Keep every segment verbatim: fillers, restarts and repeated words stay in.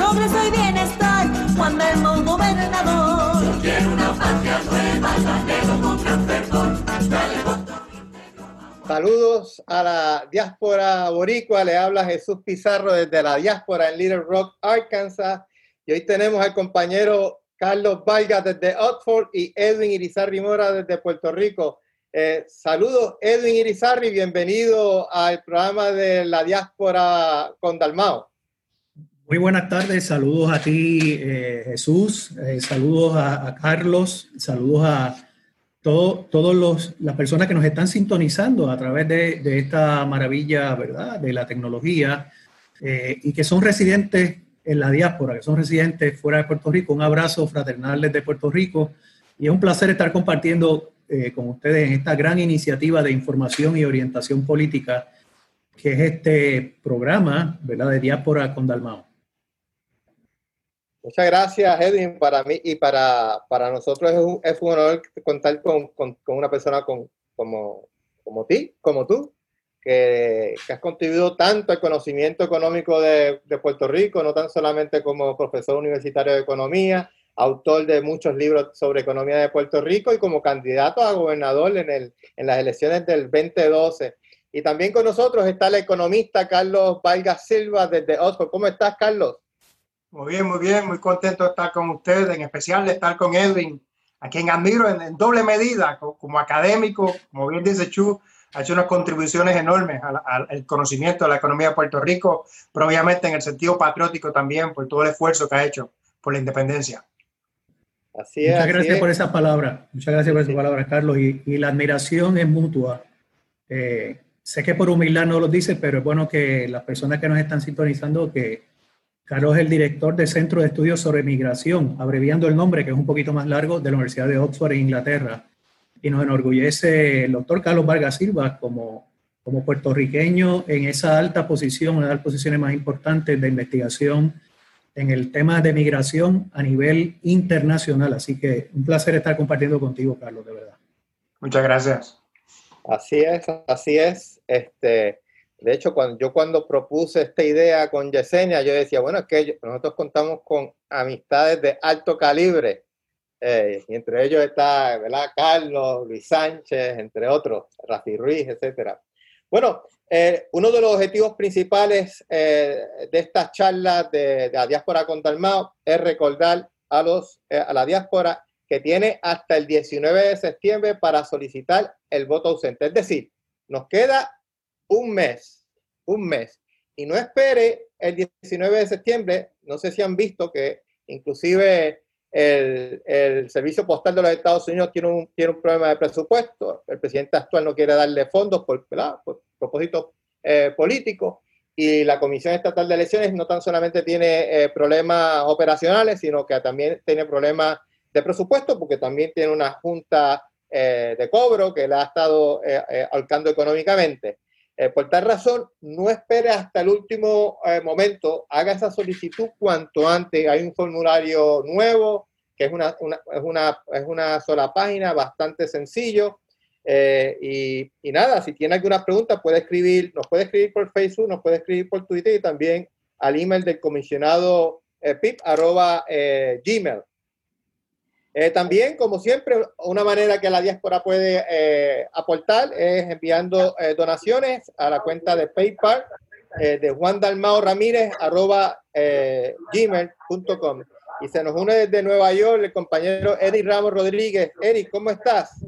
progreso y bienestar. Juan Dalmau, gobernador. Yo quiero una patria nueva, la anhelo con gran fervor. Dale con todo. Saludos a la diáspora boricua, le habla Jesús Pizarro desde la diáspora en Little Rock, Arkansas. Y hoy tenemos al compañero Carlos Vargas desde Oxford y Edwin Irizarry Mora desde Puerto Rico. Eh, saludos, Edwin Irizarry, bienvenido al programa de la diáspora con Dalmau. Muy buenas tardes, saludos a ti, eh, Jesús, eh, saludos a, a Carlos, saludos a todas todo los las personas que nos están sintonizando a través de, de esta maravilla, ¿verdad?, de la tecnología eh, y que son residentes en la diáspora, que son residentes fuera de Puerto Rico. Un abrazo fraternal desde Puerto Rico y es un placer estar compartiendo eh, con ustedes en esta gran iniciativa de información y orientación política que es este programa, ¿verdad?, de Diáspora con Dalmau. Muchas gracias, Edwin. Para mí y para, para nosotros es un, es un honor contar con, con, con una persona con, como, como, ti, como tú, que, que has contribuido tanto al conocimiento económico de, de Puerto Rico, no tan solamente como profesor universitario de economía, autor de muchos libros sobre economía de Puerto Rico y como candidato a gobernador en, el, en las elecciones del veinte doce. Y también con nosotros está el economista Carlos Vargas Silva desde Oxford. ¿Cómo estás, Carlos? Muy bien, muy bien, muy contento de estar con ustedes, en especial de estar con Edwin, a quien admiro en, en doble medida, como, como académico, como bien dice Chu, ha hecho unas contribuciones enormes al, al conocimiento de la economía de Puerto Rico, pero obviamente en el sentido patriótico también, por todo el esfuerzo que ha hecho por la independencia. Así es, Muchas así gracias es. por esas palabras, muchas gracias por esas Sí. palabras, Carlos, y, y la admiración es mutua. Eh, sé que por humildad no lo dice, pero es bueno que las personas que nos están sintonizando, que Carlos es el director del Centro de Estudios sobre Migración, abreviando el nombre, que es un poquito más largo, de la Universidad de Oxford en Inglaterra. Y nos enorgullece el doctor Carlos Vargas Silva como, como puertorriqueño en esa alta posición, una de las posiciones más importantes de investigación en el tema de migración a nivel internacional. Así que un placer estar compartiendo contigo, Carlos, de verdad. Muchas gracias. Así es, así es. Este, de hecho, cuando yo cuando propuse esta idea con Yesenia, yo decía, bueno, es que yo, nosotros contamos con amistades de alto calibre, eh, y entre ellos está, ¿verdad?, Carlos, Luis Sánchez, entre otros, Rafi Ruiz, etcétera. Bueno, eh, uno de los objetivos principales eh, de estas charlas de, de la diáspora con Dalmau es recordar a, los, eh, a la diáspora que tiene hasta el diecinueve de septiembre para solicitar el voto ausente. Es decir, nos queda un mes, un mes. Y no espere el diecinueve de septiembre. No sé si han visto que inclusive el, el Servicio Postal de los Estados Unidos tiene un, tiene un problema de presupuesto. El presidente actual no quiere darle fondos por, ¿verdad?, por propósitos eh, políticos. Y la Comisión Estatal de Elecciones no tan solamente tiene eh, problemas operacionales, sino que también tiene problemas de presupuesto, porque también tiene una junta eh, de cobro que la ha estado eh, eh, ahorcando económicamente. Eh, por tal razón, no espere hasta el último eh, momento, haga esa solicitud cuanto antes. Hay un formulario nuevo, que es una, una, es una, es una sola página, bastante sencillo. Eh, y, y nada, si tiene alguna pregunta, puede escribir, nos puede escribir por Facebook, nos puede escribir por Twitter y también al email del comisionado eh, pip arroba eh, gmail. Eh, también, como siempre, una manera que la diáspora puede eh, aportar es enviando eh, donaciones a la cuenta de PayPal eh, de Juan Dalmau Ramírez arroba eh, gmail punto com. Y se nos une desde Nueva York el compañero Eric Ramos Rodríguez. Eric, ¿cómo estás?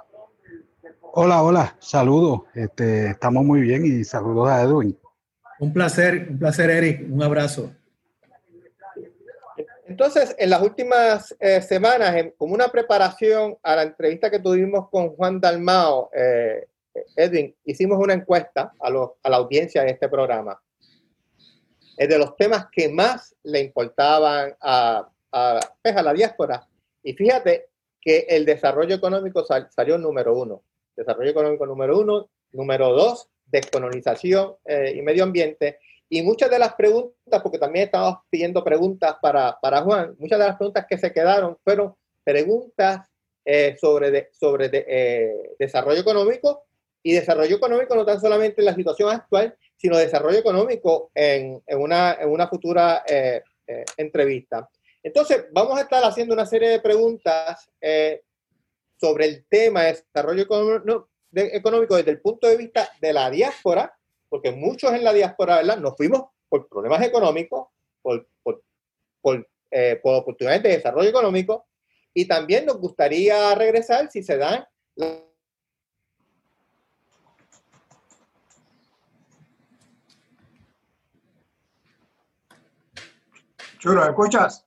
Hola, hola, saludos. Este, estamos muy bien y saludos a Edwin. Un placer, un placer, Eric. Un abrazo. Entonces, en las últimas eh, semanas, en, como una preparación a la entrevista que tuvimos con Juan Dalmau, eh, Edwin, hicimos una encuesta a, los, a la audiencia de este programa eh, de los temas que más le importaban a, a, pues, a la diáspora. Y fíjate que el desarrollo económico sal, salió número uno. Desarrollo económico número uno. Número dos, descolonización eh, y medio ambiente. Y muchas de las preguntas, porque también estamos pidiendo preguntas para, para Juan, muchas de las preguntas que se quedaron fueron preguntas eh, sobre, de, sobre de, eh, desarrollo económico, y desarrollo económico no tan solamente en la situación actual, sino desarrollo económico en, en, una, en una futura eh, eh, entrevista. Entonces, vamos a estar haciendo una serie de preguntas eh, sobre el tema de desarrollo económico, de, económico desde el punto de vista de la diáspora, porque muchos en la diáspora, ¿verdad?, nos fuimos por problemas económicos, por, por, por, eh, por oportunidades de desarrollo económico, y también nos gustaría regresar si se dan la... Chulo, ¿me escuchas?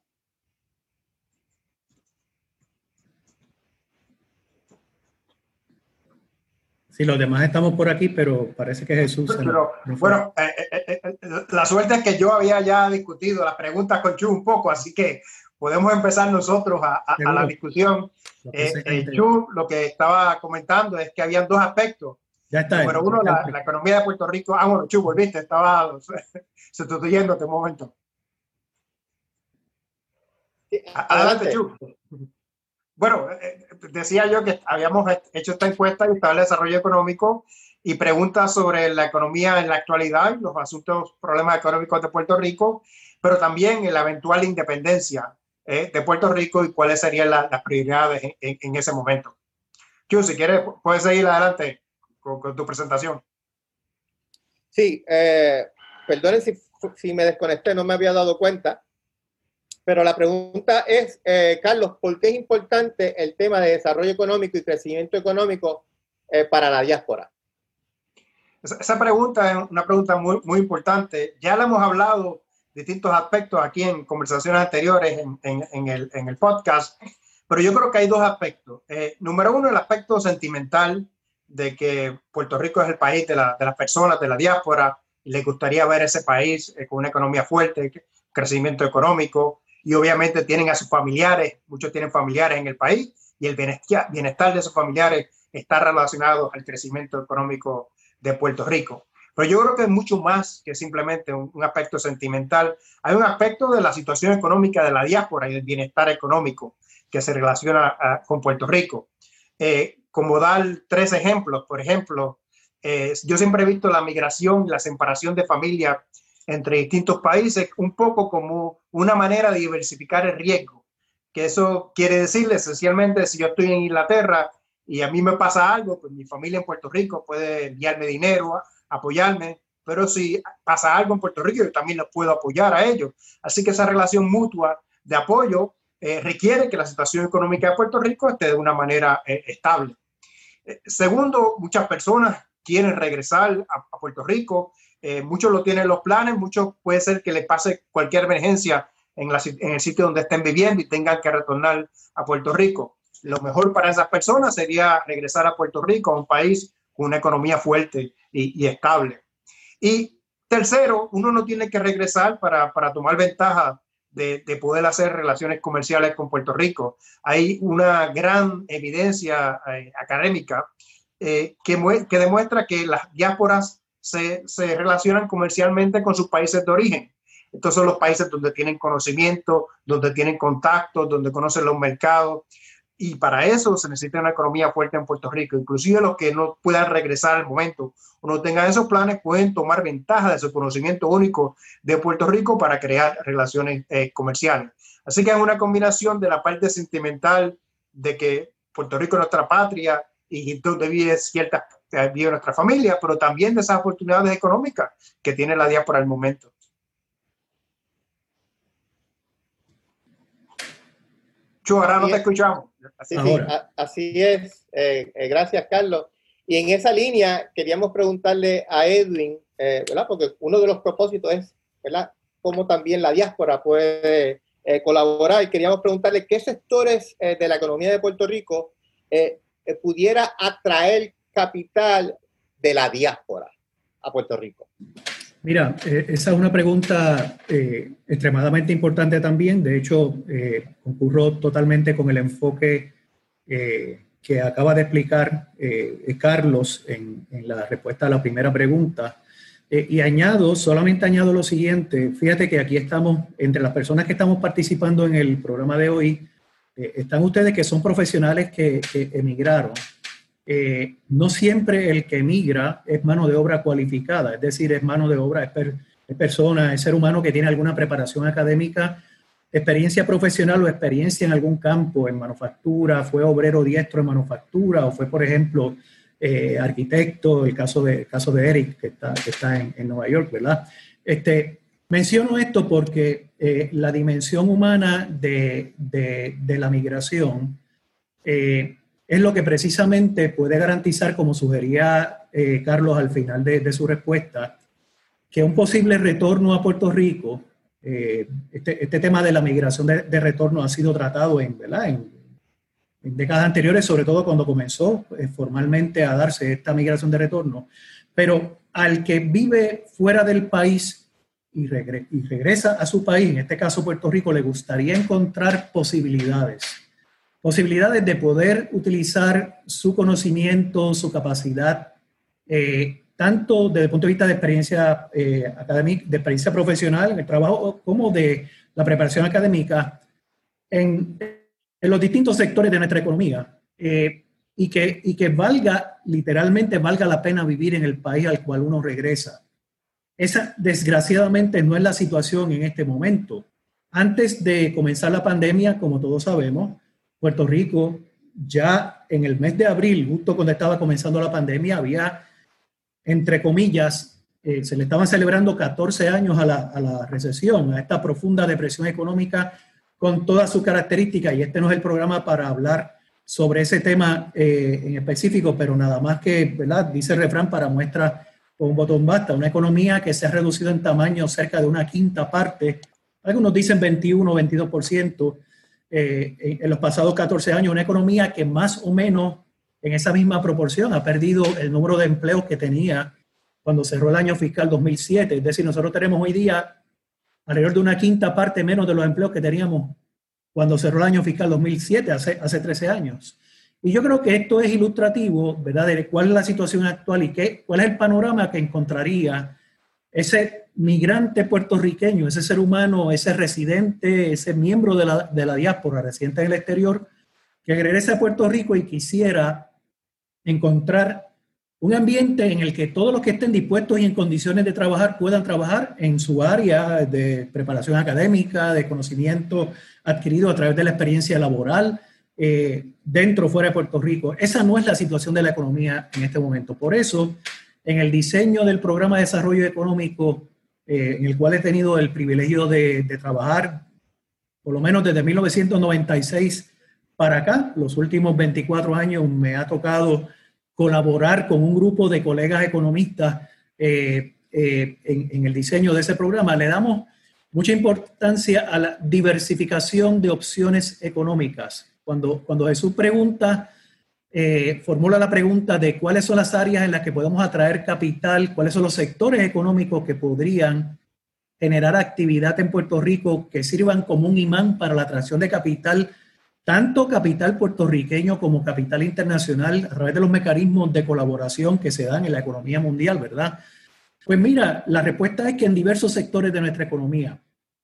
Sí, los demás estamos por aquí, pero parece que Jesús... Pero, no bueno, eh, eh, eh, la suerte es que yo había ya discutido las preguntas con Chu un poco, así que podemos empezar nosotros a, a, a la discusión. Eh, eh, Chu, lo que estaba comentando es que habían dos aspectos. Ya está. Número uno, la, la economía de Puerto Rico. Ah, bueno, Chu, volviste, estaba sustituyéndote un momento. Adelante, Chu. Bueno, eh, decía yo que habíamos hecho esta encuesta y estaba el desarrollo económico y preguntas sobre la economía en la actualidad, los asuntos, problemas económicos de Puerto Rico, pero también en la eventual independencia eh, de Puerto Rico y cuáles serían la, las prioridades en, en, en ese momento. Q, si quieres, puedes seguir adelante con, con tu presentación. Sí, eh, perdonen si, si me desconecté, no me había dado cuenta. Pero la pregunta es, eh, Carlos, ¿por qué es importante el tema de desarrollo económico y crecimiento económico eh, para la diáspora? Esa, esa pregunta es una pregunta muy, muy importante. Ya la hemos hablado distintos aspectos aquí en conversaciones anteriores en, en, en, el, en el podcast, pero yo creo que hay dos aspectos. Eh, número uno, el aspecto sentimental de que Puerto Rico es el país de, la, de las personas de la diáspora y les gustaría ver ese país eh, con una economía fuerte, crecimiento económico. Y obviamente tienen a sus familiares, muchos tienen familiares en el país y el bienestar, bienestar de sus familiares está relacionado al crecimiento económico de Puerto Rico. Pero yo creo que es mucho más que simplemente un, un aspecto sentimental. Hay un aspecto de la situación económica de la diáspora y del bienestar económico que se relaciona a, con Puerto Rico. Eh, como dar tres ejemplos, por ejemplo, eh, yo siempre he visto la migración, la separación de familias entre distintos países, un poco como una manera de diversificar el riesgo, que eso quiere decirle esencialmente, si yo estoy en Inglaterra y a mí me pasa algo, pues mi familia en Puerto Rico puede enviarme dinero, apoyarme, pero si pasa algo en Puerto Rico, yo también los puedo apoyar a ellos. Así que esa relación mutua de apoyo eh, requiere que la situación económica de Puerto Rico esté de una manera eh, estable. Eh, segundo, muchas personas quieren regresar a, a Puerto Rico. Eh, muchos lo tienen en los planes, muchos puede ser que les pase cualquier emergencia en, la, en el sitio donde estén viviendo y tengan que retornar a Puerto Rico. Lo mejor para esas personas sería regresar a Puerto Rico, a un país con una economía fuerte y, y estable. Y tercero, uno no tiene que regresar para, para tomar ventaja de, de poder hacer relaciones comerciales con Puerto Rico. Hay una gran evidencia eh, académica eh, que, que demuestra que las diásporas Se, se relacionan comercialmente con sus países de origen. Estos son los países donde tienen conocimiento, donde tienen contactos, donde conocen los mercados. Y para eso se necesita una economía fuerte en Puerto Rico. Inclusive los que no puedan regresar al momento o no tengan esos planes pueden tomar ventaja de su conocimiento único de Puerto Rico para crear relaciones eh, comerciales. Así que es una combinación de la parte sentimental de que Puerto Rico es nuestra patria y donde vive ciertas vive nuestra familia, pero también de esas oportunidades económicas que tiene la diáspora al momento. Chu, ahora no te escuchamos. Así, sí, a, así es. Eh, eh, gracias, Carlos. Y en esa línea queríamos preguntarle a Edwin, eh, ¿verdad? Porque uno de los propósitos es, ¿verdad?, cómo también la diáspora puede eh, colaborar. Y queríamos preguntarle qué sectores eh, de la economía de Puerto Rico eh, eh, pudiera atraer capital de la diáspora a Puerto Rico. Mira, eh, esa es una pregunta eh, extremadamente importante también. De hecho, eh, concurro totalmente con el enfoque eh, que acaba de explicar eh, Carlos en, en la respuesta a la primera pregunta. Eh, y añado, solamente añado lo siguiente. Fíjate que aquí estamos, entre las personas que estamos participando en el programa de hoy, eh, están ustedes que son profesionales que, que emigraron. Eh, no siempre el que emigra es mano de obra cualificada, es decir, es mano de obra, es, per, es persona, es ser humano que tiene alguna preparación académica, experiencia profesional o experiencia en algún campo, en manufactura, fue obrero diestro en manufactura o fue, por ejemplo, eh, arquitecto, el caso de, el caso de Eric, que está, que está en, en Nueva York, ¿verdad? Este, menciono esto porque eh, la dimensión humana de, de, de la migración eh, es lo que precisamente puede garantizar, como sugería eh, Carlos al final de, de su respuesta, que un posible retorno a Puerto Rico, eh, este, este tema de la migración de, de retorno ha sido tratado en, ¿verdad? En, en décadas anteriores, sobre todo cuando comenzó eh, formalmente a darse esta migración de retorno, pero al que vive fuera del país y, regre, y regresa a su país, en este caso Puerto Rico, le gustaría encontrar posibilidades, posibilidades de poder utilizar su conocimiento, su capacidad, eh, tanto desde el punto de vista de experiencia eh, académica, de experiencia profesional en el trabajo, como de la preparación académica en, en los distintos sectores de nuestra economía, eh, y, que, y que valga, literalmente valga la pena vivir en el país al cual uno regresa. Esa, desgraciadamente, no es la situación en este momento. Antes de comenzar la pandemia, como todos sabemos, Puerto Rico ya en el mes de abril, justo cuando estaba comenzando la pandemia, había, entre comillas, eh, se le estaban celebrando catorce años a la, a la recesión, a esta profunda depresión económica con todas sus características. Y este no es el programa para hablar sobre ese tema eh, en específico, pero nada más que, ¿verdad? Dice el refrán, para muestra con un botón basta. Una economía que se ha reducido en tamaño cerca de una quinta parte, algunos dicen veintiuno, veintidós por ciento eh, en los pasados catorce años, una economía que más o menos en esa misma proporción ha perdido el número de empleos que tenía cuando cerró el año fiscal dos mil siete. Es decir, nosotros tenemos hoy día alrededor de una quinta parte menos de los empleos que teníamos cuando cerró el año fiscal dos mil siete, hace, hace trece años. Y yo creo que esto es ilustrativo, ¿verdad?, de cuál es la situación actual y qué, cuál es el panorama que encontraría ese migrante puertorriqueño, ese ser humano, ese residente, ese miembro de la, de la diáspora residente en el exterior, que regrese a Puerto Rico y quisiera encontrar un ambiente en el que todos los que estén dispuestos y en condiciones de trabajar puedan trabajar en su área de preparación académica, de conocimiento adquirido a través de la experiencia laboral, eh, dentro o fuera de Puerto Rico. Esa no es la situación de la economía en este momento. Por eso, en el diseño del programa de desarrollo económico, eh, en el cual he tenido el privilegio de, de trabajar, por lo menos desde mil novecientos noventa y seis para acá, los últimos veinticuatro años me ha tocado colaborar con un grupo de colegas economistas eh, eh, en, en el diseño de ese programa. Le damos mucha importancia a la diversificación de opciones económicas. Cuando, cuando Jesús pregunta, eh, formula la pregunta de cuáles son las áreas en las que podemos atraer capital, cuáles son los sectores económicos que podrían generar actividad en Puerto Rico que sirvan como un imán para la atracción de capital, tanto capital puertorriqueño como capital internacional, a través de los mecanismos de colaboración que se dan en la economía mundial, ¿verdad? Pues mira, la respuesta es que en diversos sectores de nuestra economía,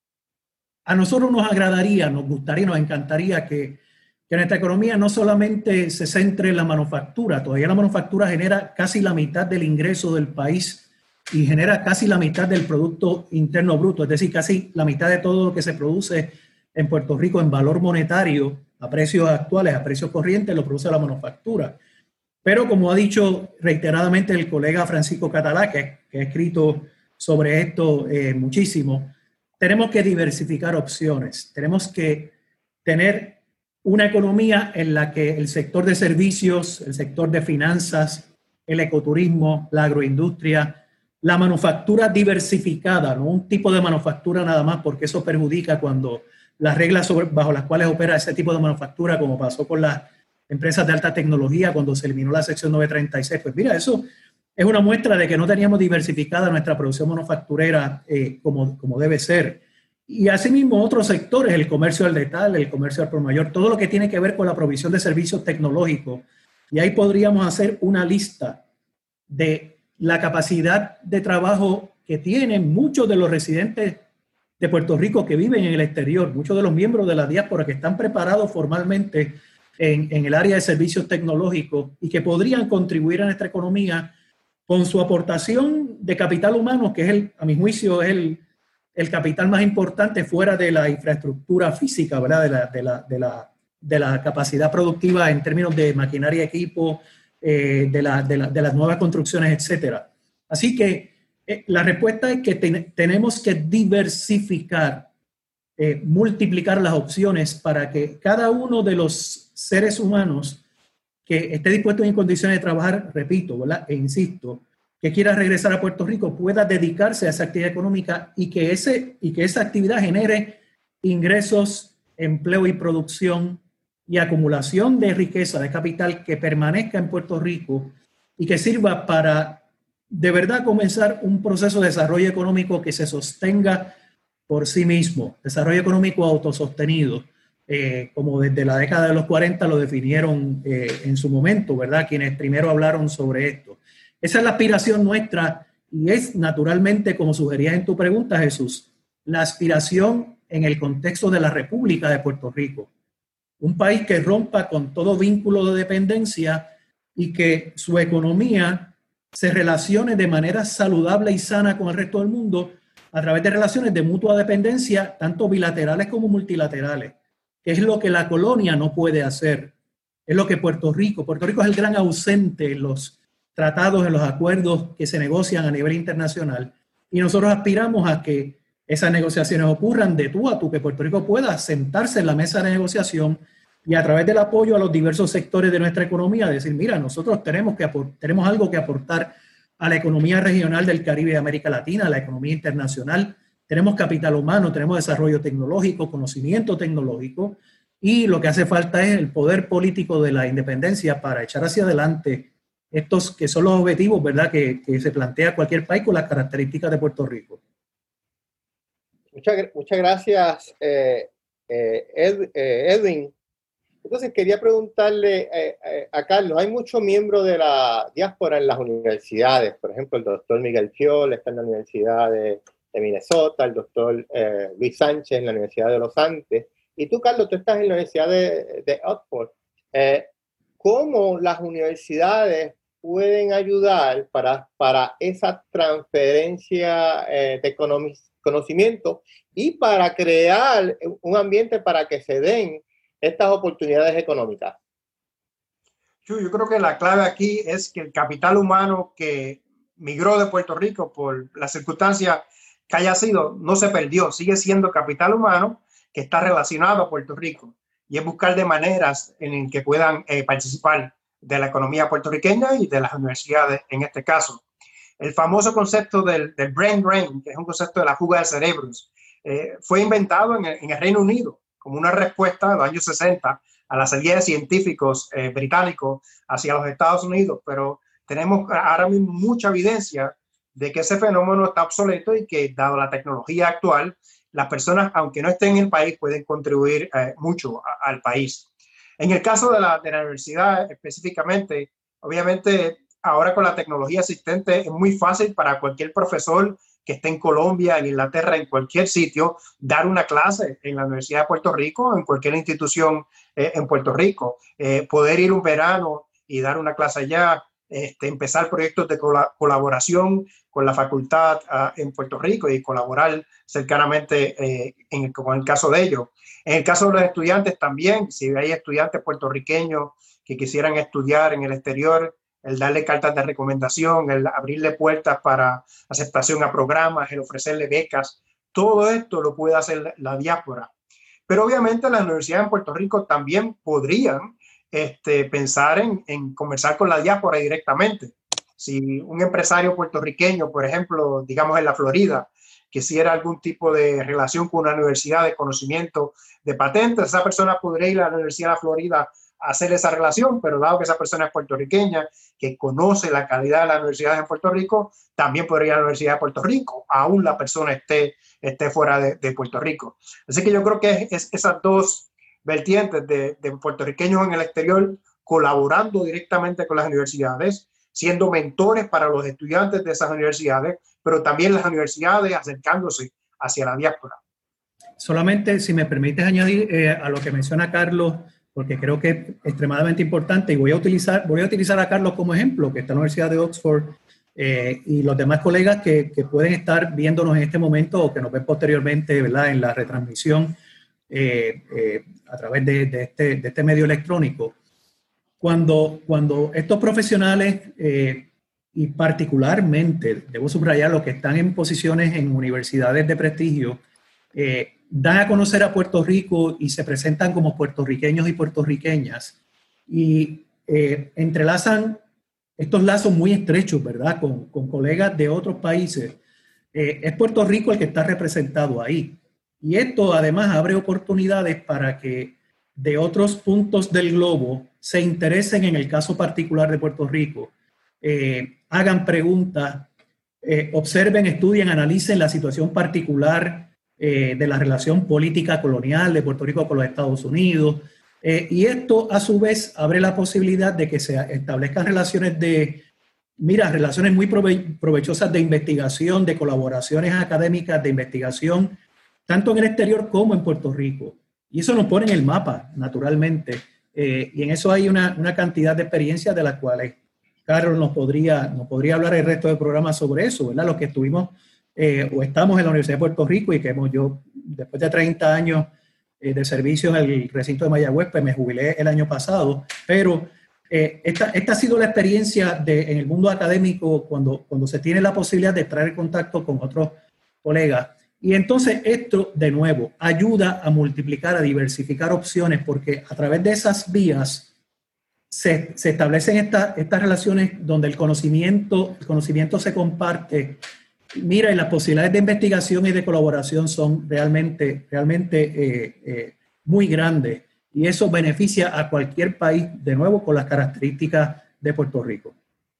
a nosotros nos agradaría, nos gustaría, nos encantaría que, que nuestra economía no solamente se centre en la manufactura. Todavía la manufactura genera casi la mitad del ingreso del país y genera casi la mitad del Producto Interno Bruto, es decir, casi la mitad de todo lo que se produce en Puerto Rico en valor monetario, a precios actuales, a precios corrientes, lo produce la manufactura. Pero como ha dicho reiteradamente el colega Francisco Catalá, que, que ha escrito sobre esto eh, muchísimo, tenemos que diversificar opciones. Tenemos que tener una economía en la que el sector de servicios, el sector de finanzas, el ecoturismo, la agroindustria, la manufactura diversificada, no un tipo de manufactura nada más, porque eso perjudica cuando las reglas sobre, bajo las cuales opera ese tipo de manufactura, como pasó con las empresas de alta tecnología cuando se eliminó la sección novecientos treinta y seis. Pues mira, eso es una muestra de que no teníamos diversificada nuestra producción manufacturera eh, como, como debe ser. Y asimismo otros sectores, el comercio al detalle, el comercio al por mayor, todo lo que tiene que ver con la provisión de servicios tecnológicos. Y ahí podríamos hacer una lista de la capacidad de trabajo que tienen muchos de los residentes de Puerto Rico que viven en el exterior, muchos de los miembros de la diáspora que están preparados formalmente en, en el área de servicios tecnológicos y que podrían contribuir a nuestra economía con su aportación de capital humano, que es el, a mi juicio, es el, el capital más importante fuera de la infraestructura física, ¿verdad? De la, de la, de la, de la capacidad productiva en términos de maquinaria, equipo, eh, de, la, de, la, de las nuevas construcciones, etcétera. Así que eh, la respuesta es que ten, tenemos que diversificar, eh, multiplicar las opciones para que cada uno de los seres humanos que esté dispuesto en condiciones de trabajar, repito, ¿verdad? E insisto, que quiera regresar a Puerto Rico pueda dedicarse a esa actividad económica y que, ese, y que esa actividad genere ingresos, empleo y producción y acumulación de riqueza, de capital que permanezca en Puerto Rico y que sirva para de verdad comenzar un proceso de desarrollo económico que se sostenga por sí mismo, desarrollo económico autosostenido, eh, como desde la década de los cuarenta lo definieron eh, en su momento, ¿verdad? Quienes primero hablaron sobre esto. Esa es la aspiración nuestra y es naturalmente, como sugerías en tu pregunta, Jesús, la aspiración en el contexto de la República de Puerto Rico. Un país que rompa con todo vínculo de dependencia y que su economía se relacione de manera saludable y sana con el resto del mundo a través de relaciones de mutua dependencia, tanto bilaterales como multilaterales, que es lo que la colonia no puede hacer. Es lo que Puerto Rico, Puerto Rico es el gran ausente en los tratados, en los acuerdos que se negocian a nivel internacional, y nosotros aspiramos a que esas negociaciones ocurran de tú a tú, que Puerto Rico pueda sentarse en la mesa de negociación y a través del apoyo a los diversos sectores de nuestra economía decir, mira, nosotros tenemos, que tenemos algo que aportar a la economía regional del Caribe y América Latina, a la economía internacional, tenemos capital humano, tenemos desarrollo tecnológico, conocimiento tecnológico, y lo que hace falta es el poder político de la independencia para echar hacia adelante estos que son los objetivos, ¿verdad?, que, que se plantea cualquier país con las características de Puerto Rico. Muchas, muchas gracias, eh, eh, Ed, eh, Edwin. Entonces quería preguntarle eh, eh, a Carlos, hay muchos miembros de la diáspora en las universidades, por ejemplo el doctor Miguel Fiol está en la Universidad de, de Minnesota, el doctor eh, Luis Sánchez en la Universidad de Los Andes, y tú, Carlos, tú estás en la Universidad de, de Oxford. Eh, ¿Cómo las universidades pueden ayudar para, para esa transferencia eh, de conocimiento y para crear un ambiente para que se den estas oportunidades económicas? Yo, yo creo que la clave aquí es que el capital humano que migró de Puerto Rico por la circunstancia que haya sido, no se perdió, sigue siendo capital humano que está relacionado a Puerto Rico, y es buscar de maneras en que puedan eh, participar de la economía puertorriqueña y de las universidades en este caso. El famoso concepto del, del brain drain, que es un concepto de la fuga de cerebros, eh, fue inventado en el, en el Reino Unido como una respuesta en los años sesenta a la salida de científicos eh, británicos hacia los Estados Unidos, pero tenemos ahora mismo mucha evidencia de que ese fenómeno está obsoleto y que, dado la tecnología actual, las personas, aunque no estén en el país, pueden contribuir eh, mucho a, al país. En el caso de la, de la universidad específicamente, obviamente ahora con la tecnología existente es muy fácil para cualquier profesor que esté en Colombia, en Inglaterra, en cualquier sitio, dar una clase en la Universidad de Puerto Rico, en cualquier institución eh, en Puerto Rico. Eh, poder ir un verano y dar una clase allá, este, empezar proyectos de col- colaboración con la facultad uh, en Puerto Rico y colaborar cercanamente eh, en, con el caso de ellos. En el caso de los estudiantes también, si hay estudiantes puertorriqueños que quisieran estudiar en el exterior, el darle cartas de recomendación, el abrirle puertas para aceptación a programas, el ofrecerle becas, todo esto lo puede hacer la diáspora. Pero obviamente las universidades en Puerto Rico también podrían este, pensar en, en conversar con la diáspora directamente. Si un empresario puertorriqueño, por ejemplo, digamos en la Florida, quisiera algún tipo de relación con una universidad de conocimiento de patentes, esa persona podría ir a la Universidad de la Florida a hacer esa relación, pero dado que esa persona es puertorriqueña, que conoce la calidad de las universidades en Puerto Rico, también podría ir a la Universidad de Puerto Rico, aún la persona esté, esté fuera de, de Puerto Rico. Así que yo creo que es, es esas dos vertientes de, de puertorriqueños en el exterior colaborando directamente con las universidades, siendo mentores para los estudiantes de esas universidades, pero también las universidades acercándose hacia la diáspora. Solamente, si me permites añadir eh, a lo que menciona Carlos, porque creo que es extremadamente importante, y voy a utilizar, voy a utilizar a Carlos como ejemplo, que está en la Universidad de Oxford eh, y los demás colegas que, que pueden estar viéndonos en este momento o que nos ven posteriormente, ¿verdad?, en la retransmisión eh, eh, a través de, de, este, de este medio electrónico. Cuando, cuando estos profesionales, eh, y particularmente, debo subrayar, los que están en posiciones en universidades de prestigio, eh, dan a conocer a Puerto Rico y se presentan como puertorriqueños y puertorriqueñas y eh, entrelazan estos lazos muy estrechos, ¿verdad?, con, con colegas de otros países. Eh, es Puerto Rico el que está representado ahí. Y esto además abre oportunidades para que de otros puntos del globo se interesen en el caso particular de Puerto Rico, eh, hagan preguntas, eh, observen, estudien, analicen la situación particular eh, de la relación política colonial de Puerto Rico con los Estados Unidos. Eh, y esto a su vez abre la posibilidad de que se establezcan relaciones de, mira, relaciones muy prove provechosas de investigación, de colaboraciones académicas, de investigación, tanto en el exterior como en Puerto Rico. Y eso nos pone en el mapa, naturalmente. Eh, y en eso hay una, una cantidad de experiencias de las cuales Carlos nos podría, nos podría hablar el resto del programa sobre eso, ¿verdad? Los que estuvimos eh, o estamos en la Universidad de Puerto Rico y que hemos, yo, después de treinta años eh, de servicio en el recinto de Mayagüez, pues me jubilé el año pasado, pero eh, esta, esta ha sido la experiencia de, en el mundo académico cuando, cuando se tiene la posibilidad de estar en contacto con otros colegas. Y entonces esto, de nuevo, ayuda a multiplicar, a diversificar opciones, porque a través de esas vías se, se establecen esta, estas relaciones donde el conocimiento, el conocimiento se comparte. Mira, y las posibilidades de investigación y de colaboración son realmente, realmente eh, eh, muy grandes. Y eso beneficia a cualquier país, de nuevo, con las características de Puerto Rico.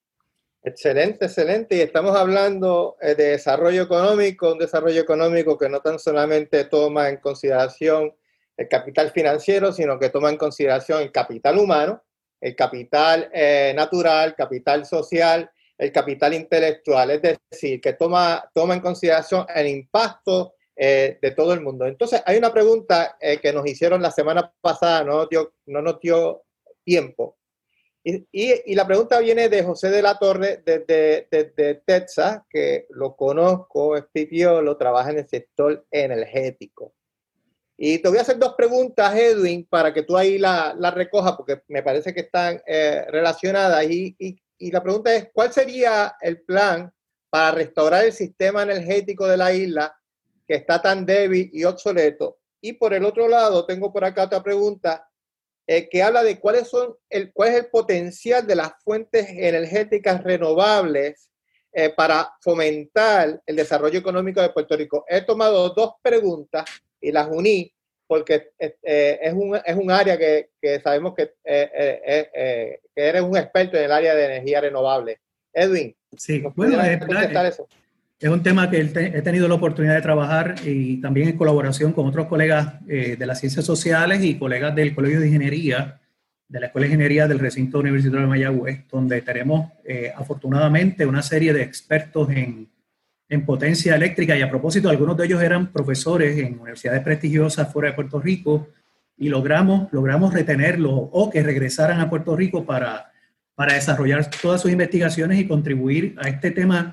Excelente, excelente. Y estamos hablando eh, de desarrollo económico, un desarrollo económico que no tan solamente toma en consideración el capital financiero, sino que toma en consideración el capital humano, el capital eh, natural, capital social, el capital intelectual. Es decir, que toma, toma en consideración el impacto eh, de todo el mundo. Entonces, hay una pregunta eh, que nos hicieron la semana pasada, no nos dio, no nos dio tiempo. Y, y, y la pregunta viene de José de la Torre, desde de, de, de Texas, que lo conozco, es pipiolo, trabaja en el sector energético. Y te voy a hacer dos preguntas, Edwin, para que tú ahí la, la recojas, porque me parece que están eh, relacionadas. Y, y, y la pregunta es, ¿cuál sería el plan para restaurar el sistema energético de la isla, que está tan débil y obsoleto? Y por el otro lado, tengo por acá otra pregunta, Eh, que habla de cuáles son el, cuál es el potencial de las fuentes energéticas renovables eh, para fomentar el desarrollo económico de Puerto Rico. He tomado dos preguntas y las uní porque eh, es, un, es un área que, que sabemos que, eh, eh, eh, que eres un experto en el área de energía renovable. Edwin, sí, bueno, es, contestar eso? Es un tema que he tenido la oportunidad de trabajar y también en colaboración con otros colegas eh, de las ciencias sociales y colegas del Colegio de Ingeniería, de la Escuela de Ingeniería del Recinto Universitario de Mayagüez, donde tenemos eh, afortunadamente una serie de expertos en, en potencia eléctrica, y a propósito, algunos de ellos eran profesores en universidades prestigiosas fuera de Puerto Rico, y logramos, logramos retenerlos o que regresaran a Puerto Rico para, para desarrollar todas sus investigaciones y contribuir a este tema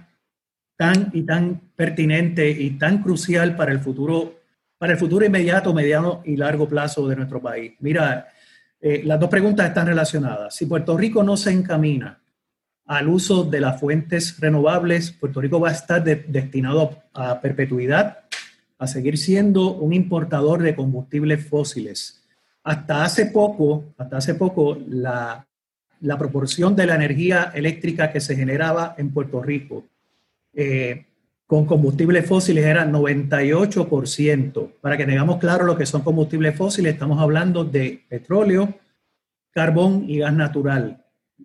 tan y tan pertinente y tan crucial para el futuro, para el futuro inmediato, mediano y largo plazo de nuestro país. Mira, eh, las dos preguntas están relacionadas. Si Puerto Rico no se encamina al uso de las fuentes renovables, Puerto Rico va a estar de, destinado a perpetuidad, a seguir siendo un importador de combustibles fósiles. Hasta hace poco, hasta hace poco, la, la proporción de la energía eléctrica que se generaba en Puerto Rico Eh, con combustibles fósiles era noventa y ocho por ciento. Para que tengamos claro lo que son combustibles fósiles, estamos hablando de petróleo, carbón y gas natural.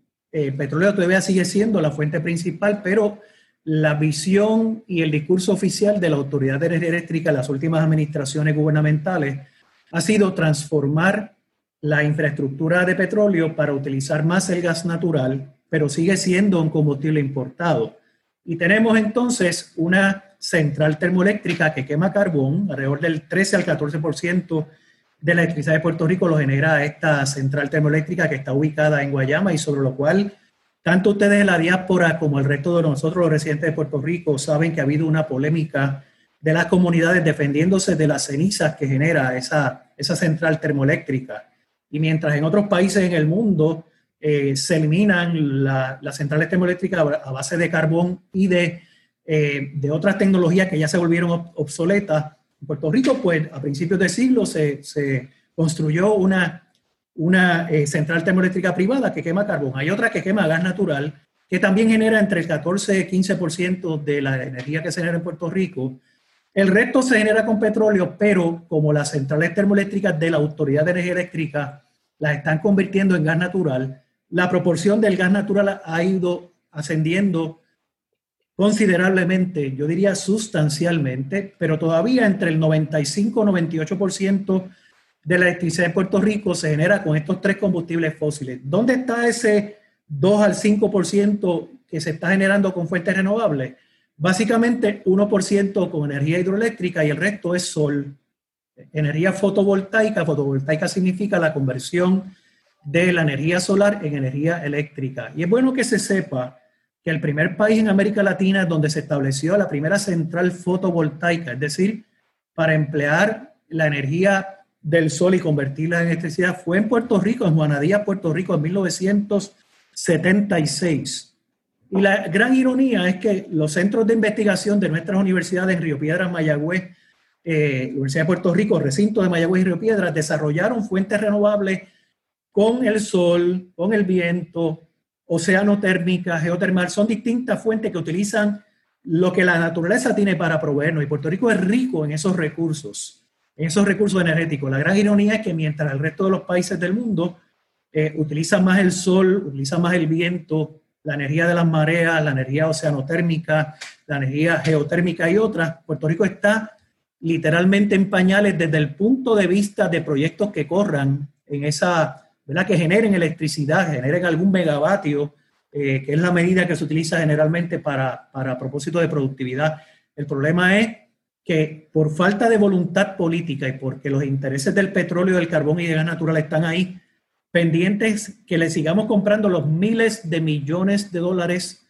El petróleo todavía sigue siendo la fuente principal, pero la visión y el discurso oficial de la Autoridad de Energía Eléctrica en las últimas administraciones gubernamentales ha sido transformar la infraestructura de petróleo para utilizar más el gas natural, pero sigue siendo un combustible importado. Y tenemos entonces una central termoeléctrica que quema carbón, alrededor del trece al catorce por ciento de la electricidad de Puerto Rico lo genera esta central termoeléctrica que está ubicada en Guayama y sobre lo cual tanto ustedes de la diáspora como el resto de nosotros, los residentes de Puerto Rico, saben que ha habido una polémica de las comunidades defendiéndose de las cenizas que genera esa, esa central termoeléctrica. Y mientras en otros países en el mundo eh, se eliminan la, las centrales termoeléctricas a base de carbón y de, eh, de otras tecnologías que ya se volvieron obsoletas, en Puerto Rico, pues a principios del siglo se, se construyó una, una eh, central termoeléctrica privada que quema carbón. Hay otra que quema gas natural, que también genera entre el catorce y quince por ciento de la energía que se genera en Puerto Rico. El resto se genera con petróleo, pero como las centrales termoeléctricas de la Autoridad de Energía Eléctrica las están convirtiendo en gas natural, la proporción del gas natural ha ido ascendiendo considerablemente, yo diría sustancialmente, pero todavía entre el noventa y cinco y noventa y ocho por ciento de la electricidad de Puerto Rico se genera con estos tres combustibles fósiles. ¿Dónde está ese dos al cinco por ciento que se está generando con fuentes renovables? Básicamente uno por ciento con energía hidroeléctrica y el resto es sol. Energía fotovoltaica. Fotovoltaica significa la conversión de la energía solar en energía eléctrica. Y es bueno que se sepa que el primer país en América Latina donde se estableció la primera central fotovoltaica, es decir, para emplear la energía del sol y convertirla en electricidad, fue en Puerto Rico, en Juana Díaz, Puerto Rico, en mil novecientos setenta y seis. Y la gran ironía es que los centros de investigación de nuestras universidades en Río Piedras, Mayagüez, eh, Universidad de Puerto Rico, recinto de Mayagüez y Río Piedras, desarrollaron fuentes renovables con el sol, con el viento, oceanotérmica, geotermal. Son distintas fuentes que utilizan lo que la naturaleza tiene para proveernos. Y Puerto Rico es rico en esos recursos, en esos recursos energéticos. La gran ironía es que mientras el resto de los países del mundo eh, utilizan más el sol, utilizan más el viento, la energía de las mareas, la energía oceanotérmica, la energía geotérmica y otras, Puerto Rico está literalmente en pañales desde el punto de vista de proyectos que corran en esa, ¿verdad?, que generen electricidad, generen algún megavatio, eh, que es la medida que se utiliza generalmente para, para propósito de productividad. El problema es que por falta de voluntad política y porque los intereses del petróleo, del carbón y del gas natural están ahí, pendientes que le sigamos comprando los miles de millones de dólares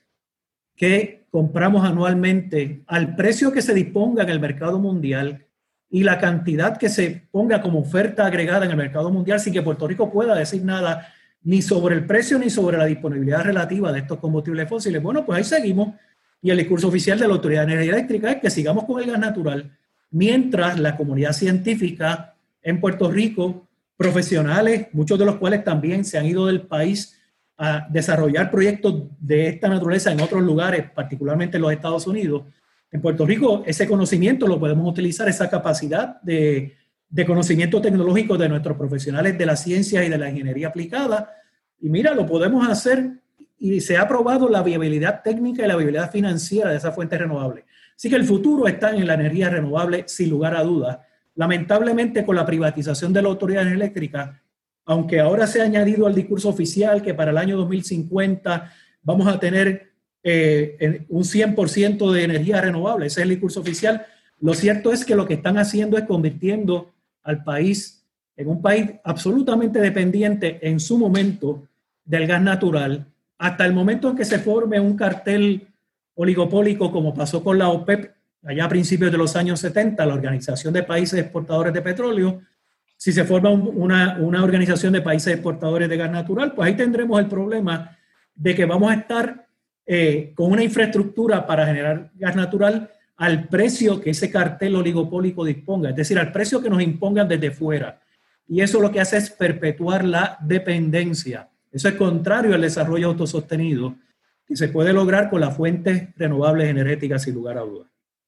que compramos anualmente al precio que se disponga en el mercado mundial y la cantidad que se ponga como oferta agregada en el mercado mundial sin que Puerto Rico pueda decir nada ni sobre el precio ni sobre la disponibilidad relativa de estos combustibles fósiles. Bueno, pues ahí seguimos y el discurso oficial de la Autoridad de Energía Eléctrica es que sigamos con el gas natural mientras la comunidad científica en Puerto Rico, profesionales, muchos de los cuales también se han ido del país a desarrollar proyectos de esta naturaleza en otros lugares, particularmente en los Estados Unidos. En Puerto Rico ese conocimiento lo podemos utilizar, esa capacidad de, de conocimiento tecnológico de nuestros profesionales de la ciencia y de la ingeniería aplicada. Y mira, lo podemos hacer y se ha probado la viabilidad técnica y la viabilidad financiera de esa fuente renovable. Así que el futuro está en la energía renovable sin lugar a dudas. Lamentablemente, con la privatización de la Autoridad Eléctrica, aunque ahora se ha añadido al discurso oficial que para el año dos mil cincuenta vamos a tener eh, un cien por ciento de energía renovable, ese es el discurso oficial, lo cierto es que lo que están haciendo es convirtiendo al país en un país absolutamente dependiente en su momento del gas natural, hasta el momento en que se forme un cartel oligopólico como pasó con la OPEP, allá a principios de los años setenta, la Organización de Países Exportadores de Petróleo. Si se forma un, una, una organización de países exportadores de gas natural, pues ahí tendremos el problema de que vamos a estar eh, con una infraestructura para generar gas natural al precio que ese cartel oligopólico disponga, es decir, al precio que nos impongan desde fuera. Y eso lo que hace es perpetuar la dependencia. Eso es contrario al desarrollo autosostenido que se puede lograr con las fuentes renovables energéticas sin lugar a dudas.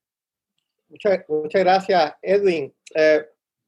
Muchas, muchas gracias, Edwin. Eh,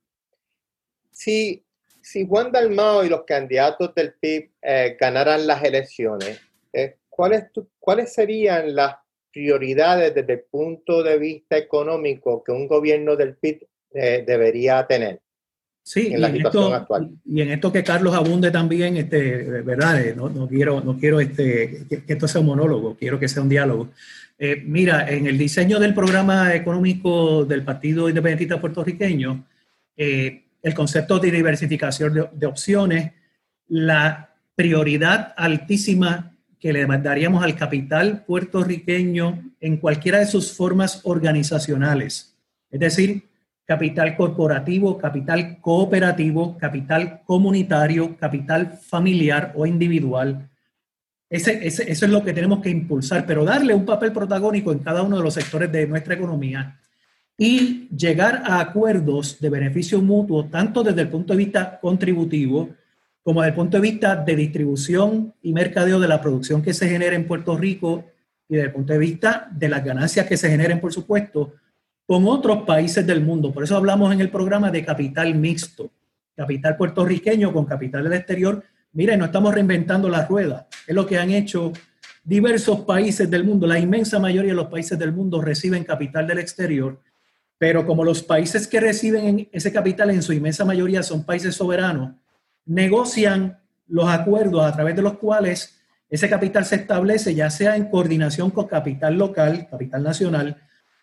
si, si Juan Dalmau y los candidatos del P I B eh, ganaran las elecciones, eh, ¿cuáles, tu, ¿cuáles serían las prioridades desde el punto de vista económico que un gobierno del P I B eh, debería tener? Sí, en la y en situación esto, actual. Y en esto que Carlos abunde también, este, ¿verdad? No, no quiero, no quiero este, que, que esto sea un monólogo, quiero que sea un diálogo. Eh, mira, en el diseño del programa económico del Partido Independentista Puertorriqueño, eh, el concepto de diversificación de, de opciones, la prioridad altísima que le daríamos al capital puertorriqueño en cualquiera de sus formas organizacionales. Es decir, capital corporativo, capital cooperativo, capital comunitario, capital familiar o individual. Ese, ese, eso es lo que tenemos que impulsar, pero darle un papel protagónico en cada uno de los sectores de nuestra economía y llegar a acuerdos de beneficio mutuo, tanto desde el punto de vista contributivo como desde el punto de vista de distribución y mercadeo de la producción que se genera en Puerto Rico y desde el punto de vista de las ganancias que se generen, por supuesto, con otros países del mundo. Por eso hablamos en el programa de capital mixto, capital puertorriqueño con capital del exterior. Miren, no estamos reinventando la rueda, es lo que han hecho diversos países del mundo. La inmensa mayoría de los países del mundo reciben capital del exterior, pero como los países que reciben ese capital en su inmensa mayoría son países soberanos, negocian los acuerdos a través de los cuales ese capital se establece, ya sea en coordinación con capital local, capital nacional,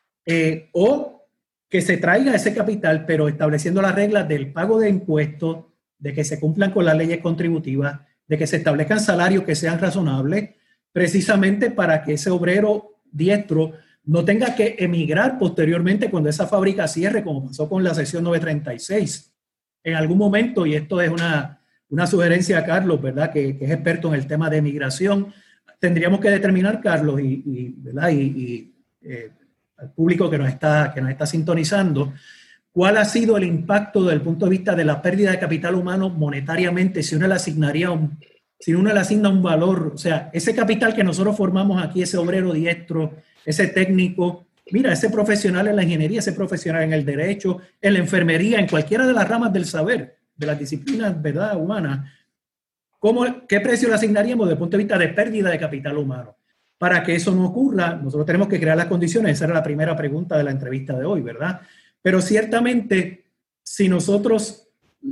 eh, o que se traiga ese capital, pero estableciendo las reglas del pago de impuestos, de que se cumplan con las leyes contributivas, de que se establezcan salarios que sean razonables, precisamente para que ese obrero diestro no tenga que emigrar posteriormente cuando esa fábrica cierre, como pasó con la sección novecientos treinta y seis. En algún momento, y esto es una, una sugerencia a Carlos, ¿verdad?, que, que es experto en el tema de migración, tendríamos que determinar, Carlos, y, y, ¿verdad? y, y eh, al público que nos, está, que nos está sintonizando, cuál ha sido el impacto desde el punto de vista de la pérdida de capital humano monetariamente, si uno le asignaría un, si uno le asigna un valor, o sea, ese capital que nosotros formamos aquí, ese obrero diestro, ese técnico, mira, ese profesional en la ingeniería, ese profesional en el derecho, en la enfermería, en cualquiera de las ramas del saber, de las disciplinas, ¿verdad?, humanas, ¿cómo, ¿qué precio le asignaríamos desde el punto de vista de pérdida de capital humano? Para que eso no ocurra, nosotros tenemos que crear las condiciones. Esa era la primera pregunta de la entrevista de hoy, ¿verdad? Pero ciertamente, si nosotros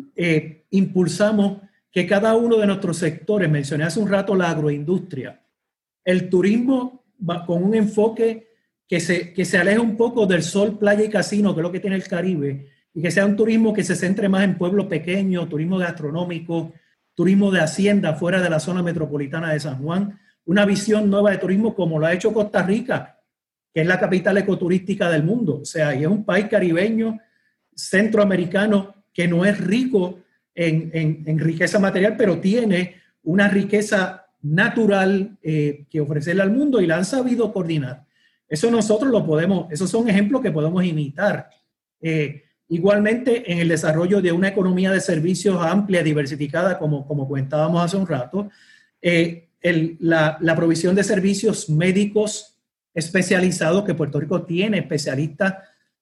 eh, impulsamos que cada uno de nuestros sectores, mencioné hace un rato la agroindustria, el turismo va con un enfoque que se, que se aleje un poco del sol, playa y casino, que es lo que tiene el Caribe, y que sea un turismo que se centre más en pueblos pequeños, turismo gastronómico, turismo de hacienda fuera de la zona metropolitana de San Juan, una visión nueva de turismo como lo ha hecho Costa Rica, que es la capital ecoturística del mundo. O sea, y es un país caribeño, centroamericano, que no es rico en, en, en riqueza material, pero tiene una riqueza natural eh, que ofrecerle al mundo y la han sabido coordinar. Eso nosotros lo podemos, esos son ejemplos que podemos imitar. Eh, igualmente en el desarrollo de una economía de servicios amplia, diversificada, como, como comentábamos hace un rato, eh, el, la, la provisión de servicios médicos especializados, que Puerto Rico tiene especialistas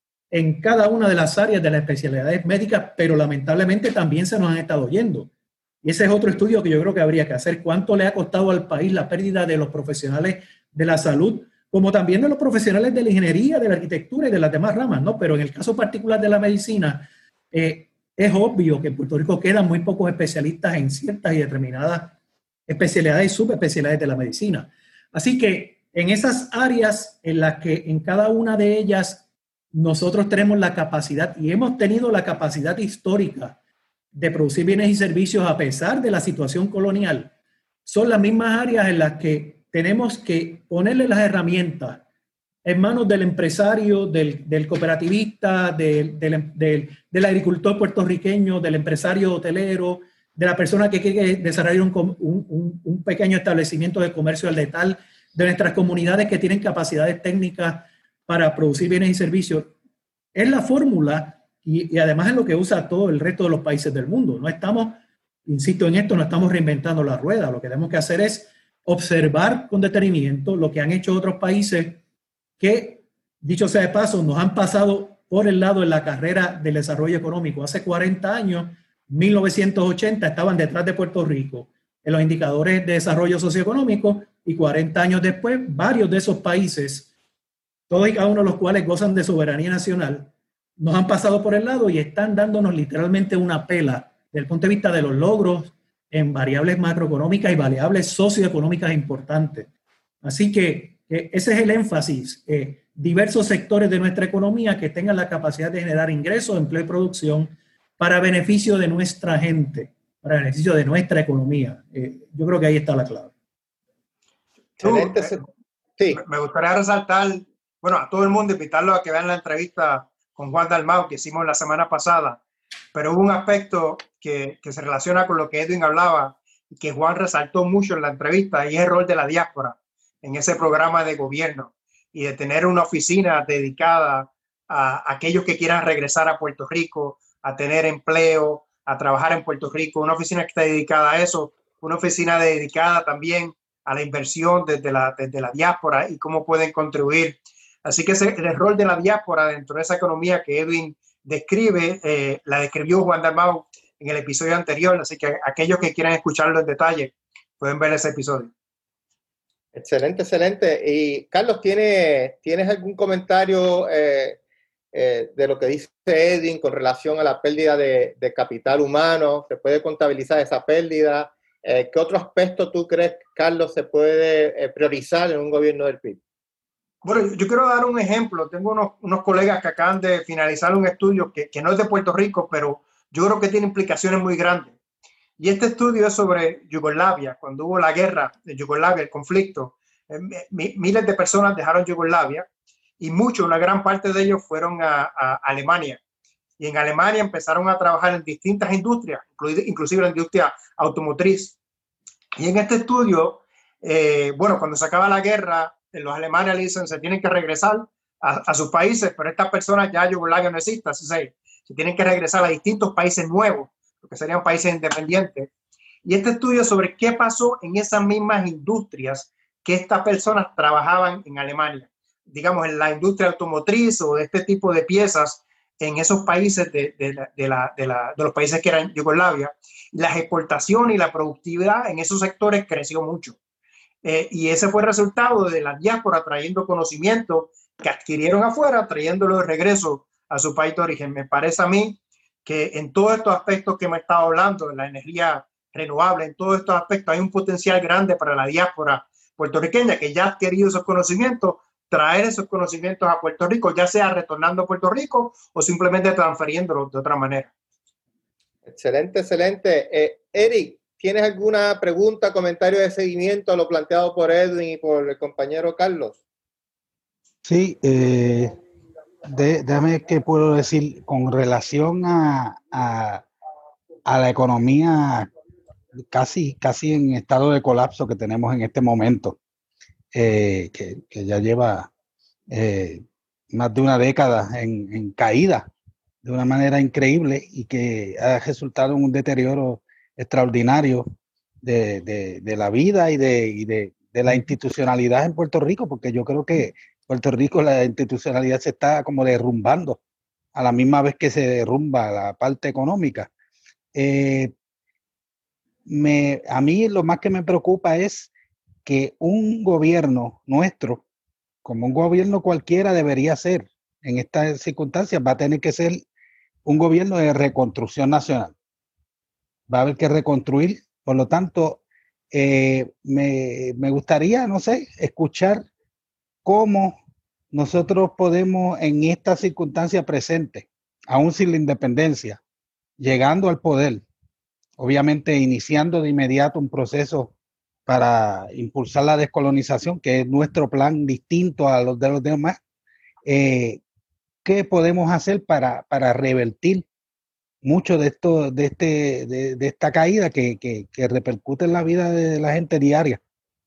en cada una de las áreas de las especialidades médicas, pero lamentablemente también se nos han estado yendo. Y ese es otro estudio que yo creo que habría que hacer. ¿Cuánto le ha costado al país la pérdida de los profesionales de la salud, como también de los profesionales de la ingeniería, de la arquitectura y de las demás ramas, ¿no? Pero en el caso particular de la medicina, eh, es obvio que en Puerto Rico quedan muy pocos especialistas en ciertas y determinadas especialidades y subespecialidades de la medicina. Así que en esas áreas en las que en cada una de ellas nosotros tenemos la capacidad y hemos tenido la capacidad histórica de producir bienes y servicios a pesar de la situación colonial, son las mismas áreas en las que tenemos que ponerle las herramientas en manos del empresario, del, del cooperativista, del, del, del, del agricultor puertorriqueño, del empresario hotelero, de la persona que quiere desarrollar un, un, un pequeño establecimiento de comercio al detalle, de nuestras comunidades que tienen capacidades técnicas para producir bienes y servicios. Es la fórmula y, y además es lo que usa todo el resto de los países del mundo. No estamos, insisto en esto, no estamos reinventando la rueda. Lo que tenemos que hacer es observar con detenimiento lo que han hecho otros países que, dicho sea de paso, nos han pasado por el lado en la carrera del desarrollo económico. Hace cuarenta años, mil novecientos ochenta, estaban detrás de Puerto Rico en los indicadores de desarrollo socioeconómico y cuarenta años después, varios de esos países, todos y cada uno de los cuales gozan de soberanía nacional, nos han pasado por el lado y están dándonos literalmente una pela desde el punto de vista de los logros en variables macroeconómicas y variables socioeconómicas importantes. Así que eh, ese es el énfasis. Eh, diversos sectores de nuestra economía que tengan la capacidad de generar ingresos, empleo y producción para beneficio de nuestra gente, para beneficio de nuestra economía. Eh, yo creo que ahí está la clave. Excelente. Tú, sí. Me gustaría resaltar, bueno, a todo el mundo, invitarlo a que vean la entrevista con Juan Dalmau que hicimos la semana pasada, pero hubo un aspecto que, que se relaciona con lo que Edwin hablaba y que Juan resaltó mucho en la entrevista, y es el rol de la diáspora en ese programa de gobierno y de tener una oficina dedicada a aquellos que quieran regresar a Puerto Rico, a tener empleo, a trabajar en Puerto Rico, una oficina que está dedicada a eso, una oficina dedicada también a la inversión desde la, desde la diáspora y cómo pueden contribuir. Así que ese, el rol de la diáspora dentro de esa economía que Edwin describe, eh, la describió Juan Dalmau en el episodio anterior, así que aquellos que quieran escucharlo en detalle pueden ver ese episodio. Excelente, excelente. Y Carlos, ¿tienes, ¿tienes algún comentario eh, eh, de lo que dice Edwin con relación a la pérdida de, de capital humano? ¿Se puede contabilizar esa pérdida? Eh, ¿Qué otro aspecto tú crees, Carlos, se puede eh, priorizar en un gobierno del P I B? Bueno, yo quiero dar un ejemplo. Tengo unos, unos colegas que acaban de finalizar un estudio que, que no es de Puerto Rico, pero yo creo que tiene implicaciones muy grandes. Y este estudio es sobre Yugoslavia, cuando hubo la guerra de Yugoslavia, el conflicto. Eh, miles de personas dejaron Yugoslavia y muchos, una gran parte de ellos fueron a, a Alemania. Y en Alemania empezaron a trabajar en distintas industrias, inclusive la industria automotriz. Y en este estudio, eh, bueno, cuando se acaba la guerra, los alemanes le dicen se tienen que regresar a, a sus países, pero estas personas ya Yugoslavia no existe, así se, se tienen que regresar a distintos países nuevos, que serían países independientes. Y este estudio sobre qué pasó en esas mismas industrias que estas personas trabajaban en Alemania, digamos en la industria automotriz o de este tipo de piezas en esos países de, de, la, de, la, de, la, de los países que eran Yugoslavia, las exportaciones y la productividad en esos sectores creció mucho. Eh, y ese fue el resultado de la diáspora trayendo conocimiento que adquirieron afuera, trayéndolo de regreso a su país de origen. Me parece a mí que en todos estos aspectos que me he estado hablando, de la energía renovable, en todos estos aspectos hay un potencial grande para la diáspora puertorriqueña que ya ha adquirido esos conocimientos, traer esos conocimientos a Puerto Rico, ya sea retornando a Puerto Rico o simplemente transfiriéndolos de otra manera. Excelente, excelente. Eh, Eric, ¿tienes alguna pregunta, comentario de seguimiento a lo planteado por Edwin y por el compañero Carlos? Sí, eh, de, déjame que puedo decir con relación a, a, a la economía casi, casi en estado de colapso que tenemos en este momento, eh, que, que ya lleva eh, más de una década en, en caída de una manera increíble y que ha resultado en un deterioro extraordinario de, de, de la vida y, de, y de, de la institucionalidad en Puerto Rico, porque yo creo que Puerto Rico la institucionalidad se está como derrumbando a la misma vez que se derrumba la parte económica. Eh, me, a mí lo más que me preocupa es que un gobierno nuestro, como un gobierno cualquiera debería ser, en estas circunstancias va a tener que ser un gobierno de reconstrucción nacional. Va a haber que reconstruir, por lo tanto, eh, me, me gustaría, no sé, escuchar cómo nosotros podemos en esta circunstancia presente, aún sin la independencia, llegando al poder, obviamente iniciando de inmediato un proceso para impulsar la descolonización, que es nuestro plan distinto a los de los demás, eh, ¿qué podemos hacer para, para revertir mucho de esto, de este, de, de esta caída que, que, que repercute en la vida de la gente diaria?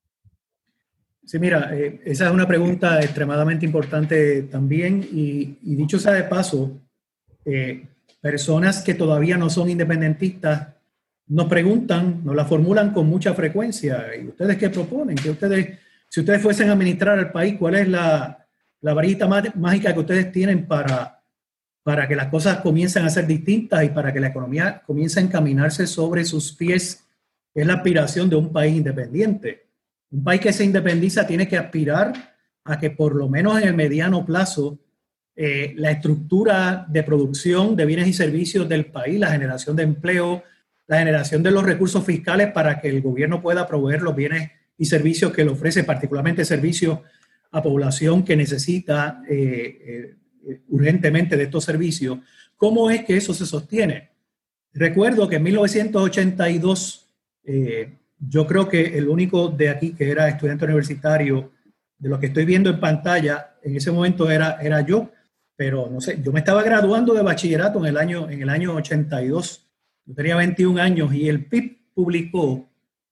Sí, mira, eh, esa es una pregunta extremadamente importante también y, y dicho sea de paso, eh, personas que todavía no son independentistas nos preguntan, nos la formulan con mucha frecuencia. ¿Y ustedes qué proponen? ¿Que ustedes, si ustedes fuesen a administrar el país, cuál es la, la varita mágica que ustedes tienen para, para que las cosas comiencen a ser distintas y para que la economía comience a encaminarse sobre sus pies? Es la aspiración de un país independiente. Un país que se independiza tiene que aspirar a que por lo menos en el mediano plazo eh, la estructura de producción de bienes y servicios del país, la generación de empleo, la generación de los recursos fiscales para que el gobierno pueda proveer los bienes y servicios que le ofrece, particularmente servicios a población que necesita eh, eh, urgentemente de estos servicios. ¿Cómo es que eso se sostiene? Recuerdo que en mil novecientos ochenta y dos, eh, yo creo que el único de aquí que era estudiante universitario, de lo que estoy viendo en pantalla, en ese momento era, era yo, pero no sé, yo me estaba graduando de bachillerato en el año, en el año ochenta y dos, yo tenía veintiún años y el P I B publicó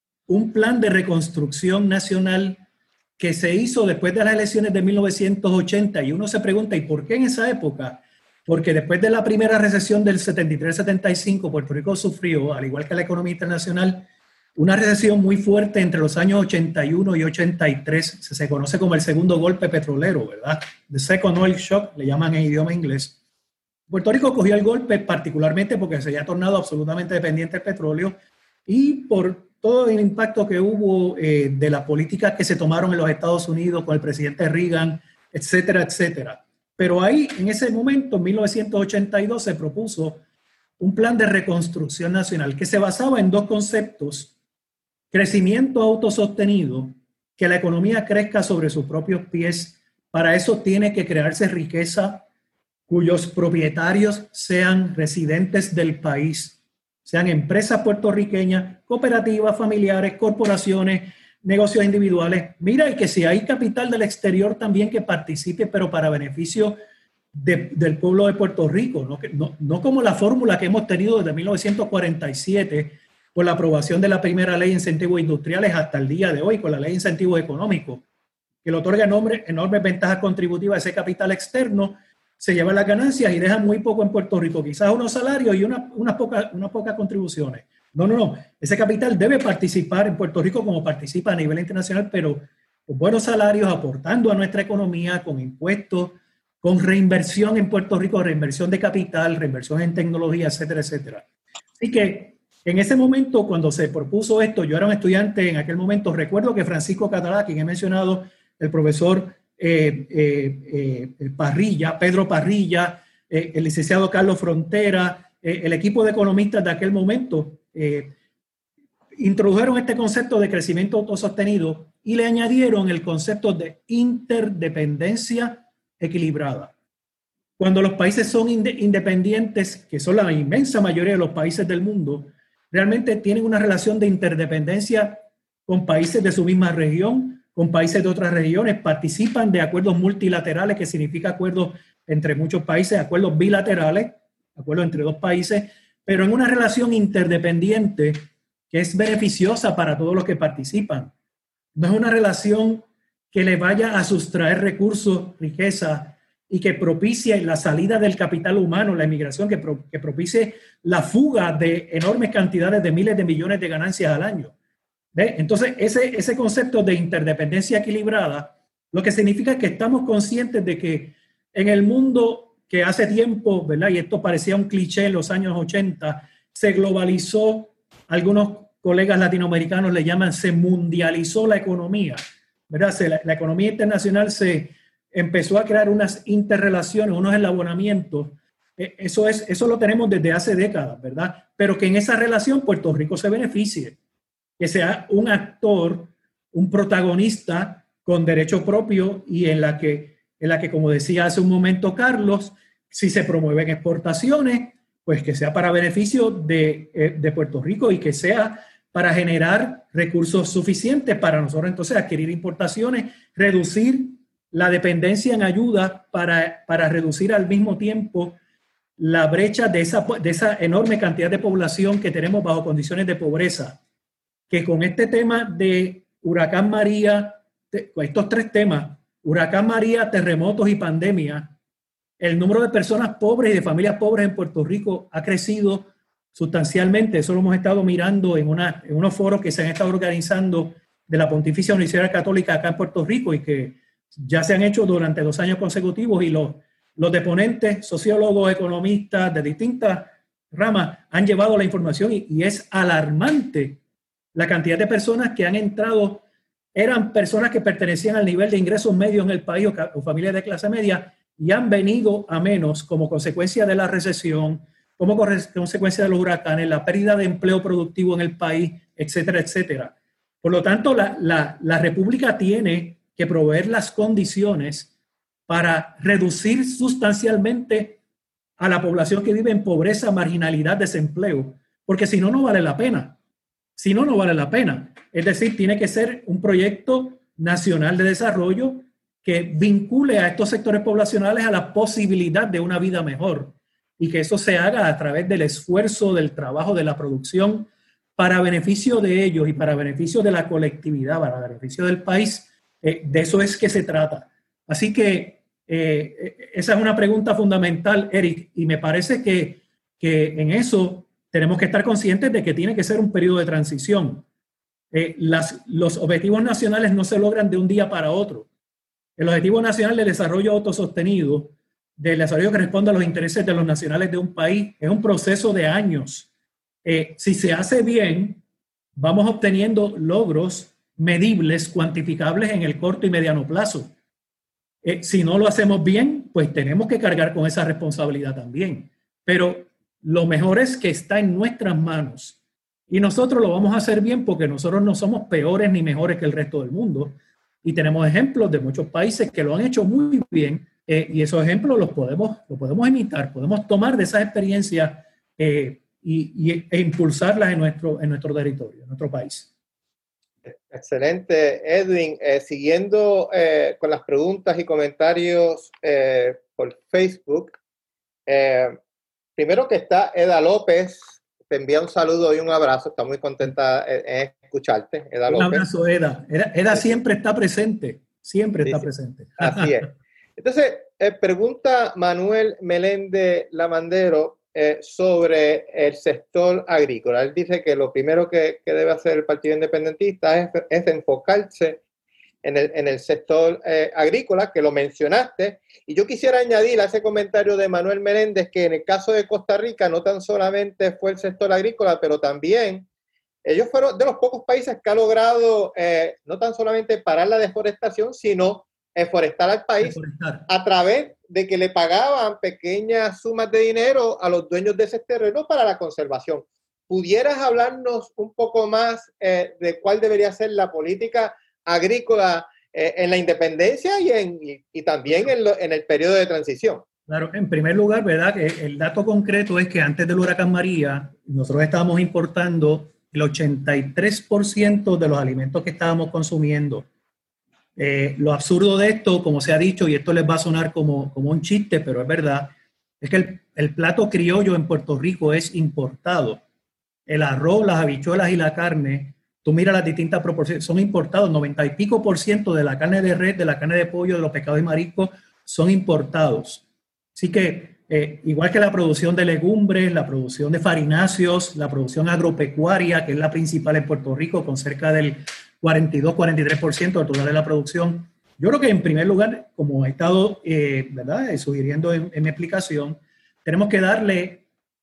un plan de reconstrucción nacional que se hizo después de las elecciones de mil novecientos ochenta, y uno se pregunta, ¿y por qué en esa época? Porque después de la primera recesión del setenta y tres setenta y cinco, Puerto Rico sufrió, al igual que la economía internacional, una recesión muy fuerte entre los años ochenta y uno y ochenta y tres. Se, se conoce como el segundo golpe petrolero, ¿verdad? The Second Oil Shock, le llaman en idioma inglés. Puerto Rico cogió el golpe particularmente porque se había tornado absolutamente dependiente del petróleo y por todo el impacto que hubo eh, de las políticas que se tomaron en los Estados Unidos con el presidente Reagan, etcétera, etcétera. Pero ahí, en ese momento, en mil novecientos ochenta y dos, se propuso un plan de reconstrucción nacional que se basaba en dos conceptos: crecimiento autosostenido, que la economía crezca sobre sus propios pies. Para eso tiene que crearse riqueza cuyos propietarios sean residentes del país, sean empresas puertorriqueñas, cooperativas, familiares, corporaciones, negocios individuales. Mira, y que si hay capital del exterior también que participe, pero para beneficio de, del pueblo de Puerto Rico, ¿no? No, no como la fórmula que hemos tenido desde mil novecientos cuarenta y siete, con la aprobación de la primera ley de incentivos industriales hasta el día de hoy, con la ley de incentivos económicos, que le otorga enormes, enormes ventajas contributivas a ese capital externo, se lleva las ganancias y deja muy poco en Puerto Rico, quizás unos salarios y unas una pocas una poca contribuciones. No, no, no. Ese capital debe participar en Puerto Rico como participa a nivel internacional, pero con buenos salarios, aportando a nuestra economía, con impuestos, con reinversión en Puerto Rico, reinversión de capital, reinversión en tecnología, etcétera, etcétera. Así que en ese momento, cuando se propuso esto, yo era un estudiante en aquel momento, recuerdo que Francisco Catalá, quien he mencionado, el profesor eh, eh, eh, Parrilla, Pedro Parrilla, eh, el licenciado Carlos Frontera, eh, el equipo de economistas de aquel momento, eh, introdujeron este concepto de crecimiento autosostenido y le añadieron el concepto de interdependencia equilibrada. Cuando los países son independientes, que son la inmensa mayoría de los países del mundo, realmente tienen una relación de interdependencia con países de su misma región, con países de otras regiones, participan de acuerdos multilaterales, que significa acuerdos entre muchos países, acuerdos bilaterales, acuerdos entre dos países, pero en una relación interdependiente que es beneficiosa para todos los que participan. No es una relación que le vaya a sustraer recursos, riqueza, y que propicie la salida del capital humano, la inmigración, que, pro, que propicie la fuga de enormes cantidades de miles de millones de ganancias al año. ¿Ve? Entonces, ese, ese concepto de interdependencia equilibrada, lo que significa es que estamos conscientes de que en el mundo que hace tiempo, ¿verdad? Y esto parecía un cliché en los años ochenta, se globalizó, algunos colegas latinoamericanos le llaman, se mundializó la economía, ¿verdad? Se, la, la economía internacional se empezó a crear unas interrelaciones, unos enlabonamientos. Eso, es, eso lo tenemos desde hace décadas, ¿verdad? Pero que en esa relación Puerto Rico se beneficie, que sea un actor, un protagonista con derecho propio y en la que, en la que, como decía hace un momento Carlos, si se promueven exportaciones, pues que sea para beneficio de, de Puerto Rico y que sea para generar recursos suficientes para nosotros entonces adquirir importaciones, reducir la dependencia en ayuda para, para reducir al mismo tiempo la brecha de esa, de esa enorme cantidad de población que tenemos bajo condiciones de pobreza, que con este tema de Huracán María, estos tres temas, Huracán María, terremotos y pandemia, el número de personas pobres y de familias pobres en Puerto Rico ha crecido sustancialmente. Eso lo hemos estado mirando en, una, en unos foros que se han estado organizando de la Pontificia Universidad Católica acá en Puerto Rico y que ya se han hecho durante dos años consecutivos, y los, los deponentes, sociólogos, economistas de distintas ramas han llevado la información y, y es alarmante la cantidad de personas que han entrado, eran personas que pertenecían al nivel de ingresos medios en el país o, o familias de clase media y han venido a menos como consecuencia de la recesión, como consecuencia de los huracanes, la pérdida de empleo productivo en el país, etcétera, etcétera. Por lo tanto, la, la, la República tiene que proveer las condiciones para reducir sustancialmente a la población que vive en pobreza, marginalidad, desempleo, porque si no, no vale la pena. Si no, no vale la pena. Es decir, tiene que ser un proyecto nacional de desarrollo que vincule a estos sectores poblacionales a la posibilidad de una vida mejor y que eso se haga a través del esfuerzo, del trabajo, de la producción para beneficio de ellos y para beneficio de la colectividad, para beneficio del país. Eh, de eso es que se trata. Así que eh, esa es una pregunta fundamental, Eric, y me parece que, que en eso tenemos que estar conscientes de que tiene que ser un periodo de transición. Eh, las, los objetivos nacionales no se logran de un día para otro. El Objetivo Nacional de Desarrollo Autosostenido, del desarrollo que responde a los intereses de los nacionales de un país, es un proceso de años. Eh, si se hace bien, vamos obteniendo logros medibles, cuantificables en el corto y mediano plazo. Eh, si no lo hacemos bien, pues tenemos que cargar con esa responsabilidad también. Pero lo mejor es que está en nuestras manos. Y nosotros lo vamos a hacer bien porque nosotros no somos peores ni mejores que el resto del mundo. Y tenemos ejemplos de muchos países que lo han hecho muy bien eh, y esos ejemplos los podemos, los podemos imitar, podemos tomar de esas experiencias eh, y, y, e impulsarlas en nuestro, en nuestro territorio, en nuestro país. Excelente, Edwin. Eh, siguiendo eh, con las preguntas y comentarios eh, por Facebook, eh, primero que está Eda López, te envía un saludo y un abrazo, está muy contenta en escucharte, Eda López. Un abrazo, Eda. Eda, Eda siempre está presente, siempre sí, está sí. presente. Así es. Entonces, eh, pregunta Manuel Meléndez Lamandero eh, sobre el sector agrícola. Él dice que lo primero que, que debe hacer el Partido Independentista es, es enfocarse en el, en el sector eh, agrícola, que lo mencionaste, y yo quisiera añadir a ese comentario de Manuel Meléndez que en el caso de Costa Rica no tan solamente fue el sector agrícola, pero también ellos fueron de los pocos países que ha logrado eh, no tan solamente parar la deforestación, sino forestar al país deforestar. A través de que le pagaban pequeñas sumas de dinero a los dueños de ese terreno para la conservación. ¿Pudieras hablarnos un poco más eh, de cuál debería ser la política agrícola eh, en la independencia y, en, y, y también en, lo, en el periodo de transición? Claro, en primer lugar, ¿verdad? Que el dato concreto es que antes del huracán María, nosotros estábamos importando el ochenta y tres por ciento de los alimentos que estábamos consumiendo. Eh, lo absurdo de esto, como se ha dicho, y esto les va a sonar como, como un chiste, pero es verdad, es que el, el plato criollo en Puerto Rico es importado. El arroz, las habichuelas y la carne, tú miras las distintas proporciones, son importados. noventa y pico por ciento de la carne de res, de la carne de pollo, de los pescados y mariscos son importados. Así que, eh, igual que la producción de legumbres, la producción de farináceos, la producción agropecuaria, que es la principal en Puerto Rico, con cerca del cuarenta y dos, cuarenta y tres por ciento del total de la producción. Yo creo que en primer lugar, como he estado eh, ¿verdad? sugiriendo en, en mi explicación, tenemos que darle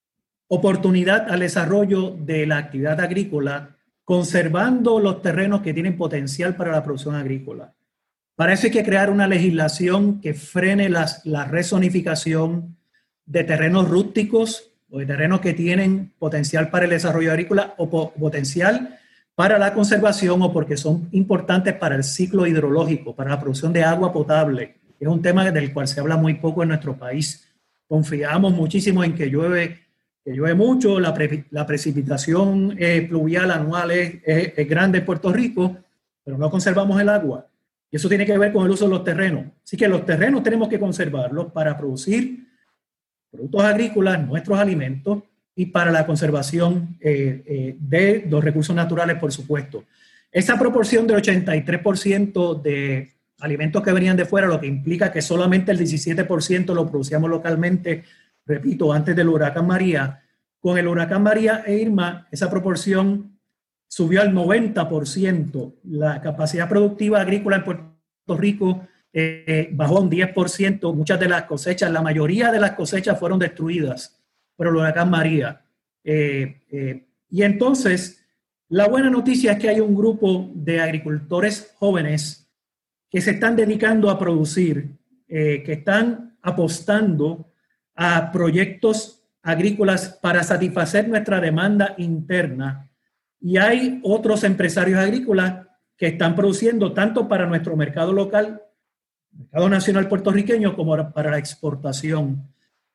oportunidad al desarrollo de la actividad agrícola, conservando los terrenos que tienen potencial para la producción agrícola. Para eso hay que crear una legislación que frene las, la rezonificación de terrenos rústicos o de terrenos que tienen potencial para el desarrollo agrícola o po potencial para la conservación o porque son importantes para el ciclo hidrológico, para la producción de agua potable. Es un tema del cual se habla muy poco en nuestro país. Confiamos muchísimo en que llueve, que llueve mucho, la, pre, la precipitación eh, pluvial anual es, es, es grande en Puerto Rico, pero no conservamos el agua. Y eso tiene que ver con el uso de los terrenos. Así que los terrenos tenemos que conservarlos para producir productos agrícolas, nuestros alimentos, y para la conservación eh, eh, de los recursos naturales, por supuesto. Esa proporción del ochenta y tres por ciento de alimentos que venían de fuera, lo que implica que solamente el diecisiete por ciento lo producíamos localmente, repito, antes del huracán María. Con el huracán María e Irma, esa proporción subió al noventa por ciento. La capacidad productiva agrícola en Puerto Rico eh, bajó un diez por ciento. Muchas de las cosechas, la mayoría de las cosechas fueron destruidas por el huracán María. Eh, eh, y entonces, la buena noticia es que hay un grupo de agricultores jóvenes que se están dedicando a producir, eh, que están apostando a proyectos agrícolas para satisfacer nuestra demanda interna. Y hay otros empresarios agrícolas que están produciendo tanto para nuestro mercado local, mercado nacional puertorriqueño, como para la exportación.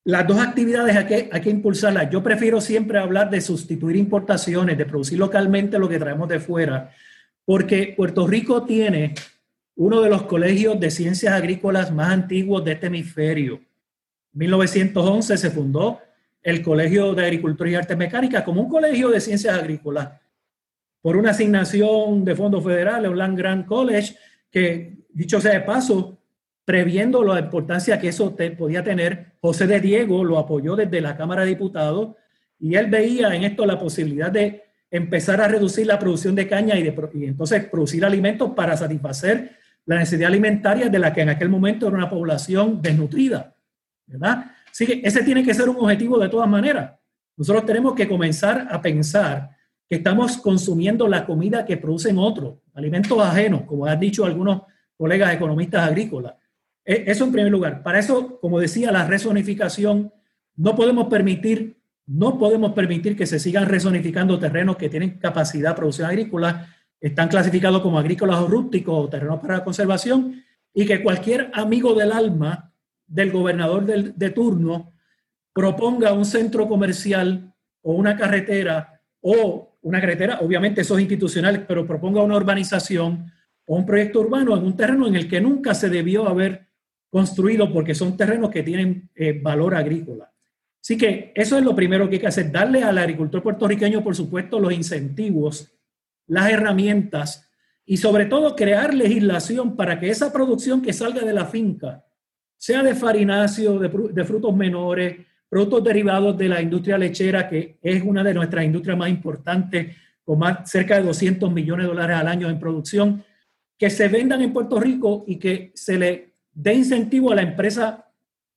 las dos actividades hay que, hay que impulsarlas. Yo prefiero siempre hablar de sustituir importaciones, de producir localmente lo que traemos de fuera, porque Puerto Rico tiene uno de los colegios de ciencias agrícolas más antiguos de este hemisferio. En mil novecientos once se fundó el Colegio de Agricultura y Artes Mecánicas como un colegio de ciencias agrícolas por una asignación de fondos federales, un Land Grant College, que, dicho sea de paso, previendo la importancia que eso te podía tener, José de Diego lo apoyó desde la Cámara de Diputados y él veía en esto la posibilidad de empezar a reducir la producción de caña y, de, y entonces producir alimentos para satisfacer la necesidad alimentaria de la que en aquel momento era una población desnutrida, ¿verdad? Así que ese tiene que ser un objetivo de todas maneras. Nosotros tenemos que comenzar a pensar que estamos consumiendo la comida que producen otros, alimentos ajenos, como han dicho algunos colegas economistas agrícolas. Eso en primer lugar. Para eso, como decía, la rezonificación, no podemos permitir, no podemos permitir que se sigan rezonificando terrenos que tienen capacidad de producción agrícola, están clasificados como agrícolas o rústicos o terrenos para la conservación, y que cualquier amigo del alma del gobernador de, de turno proponga un centro comercial o una carretera, o una carretera, obviamente eso es institucional, pero proponga una urbanización o un proyecto urbano en un terreno en el que nunca se debió haber construido porque son terrenos que tienen eh, valor agrícola. Así que eso es lo primero que hay que hacer, darle al agricultor puertorriqueño, por supuesto, los incentivos, las herramientas y sobre todo crear legislación para que esa producción que salga de la finca, sea de farináceo, de, de frutos menores, productos derivados de la industria lechera, que es una de nuestras industrias más importantes, con más, cerca de doscientos millones de dólares al año en producción, que se vendan en Puerto Rico y que se le dé incentivo a la empresa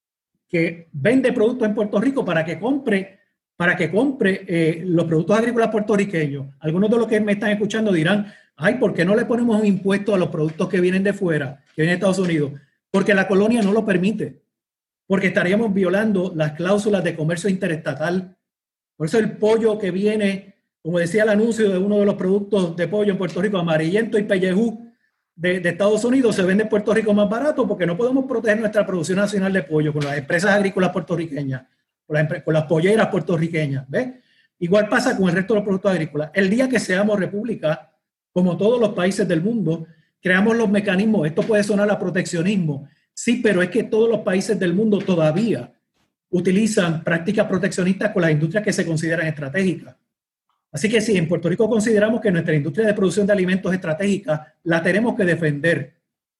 que vende productos en Puerto Rico para que compre, para que compre eh, los productos agrícolas puertorriqueños. Algunos de los que me están escuchando dirán, ay, ¿por qué no le ponemos un impuesto a los productos que vienen de fuera, que vienen de Estados Unidos? Porque la colonia no lo permite, porque estaríamos violando las cláusulas de comercio interestatal. Por eso el pollo que viene, como decía el anuncio de uno de los productos de pollo en Puerto Rico, amarillento y pellejú, De, de Estados Unidos, se vende en Puerto Rico más barato porque no podemos proteger nuestra producción nacional de pollo con las empresas agrícolas puertorriqueñas, con las, con las polleras puertorriqueñas, ¿ves? Igual pasa con el resto de los productos agrícolas. El día que seamos república, como todos los países del mundo, creamos los mecanismos. Esto puede sonar a proteccionismo, sí, pero es que todos los países del mundo todavía utilizan prácticas proteccionistas con las industrias que se consideran estratégicas. Así que si en Puerto Rico consideramos que nuestra industria de producción de alimentos estratégica la tenemos que defender,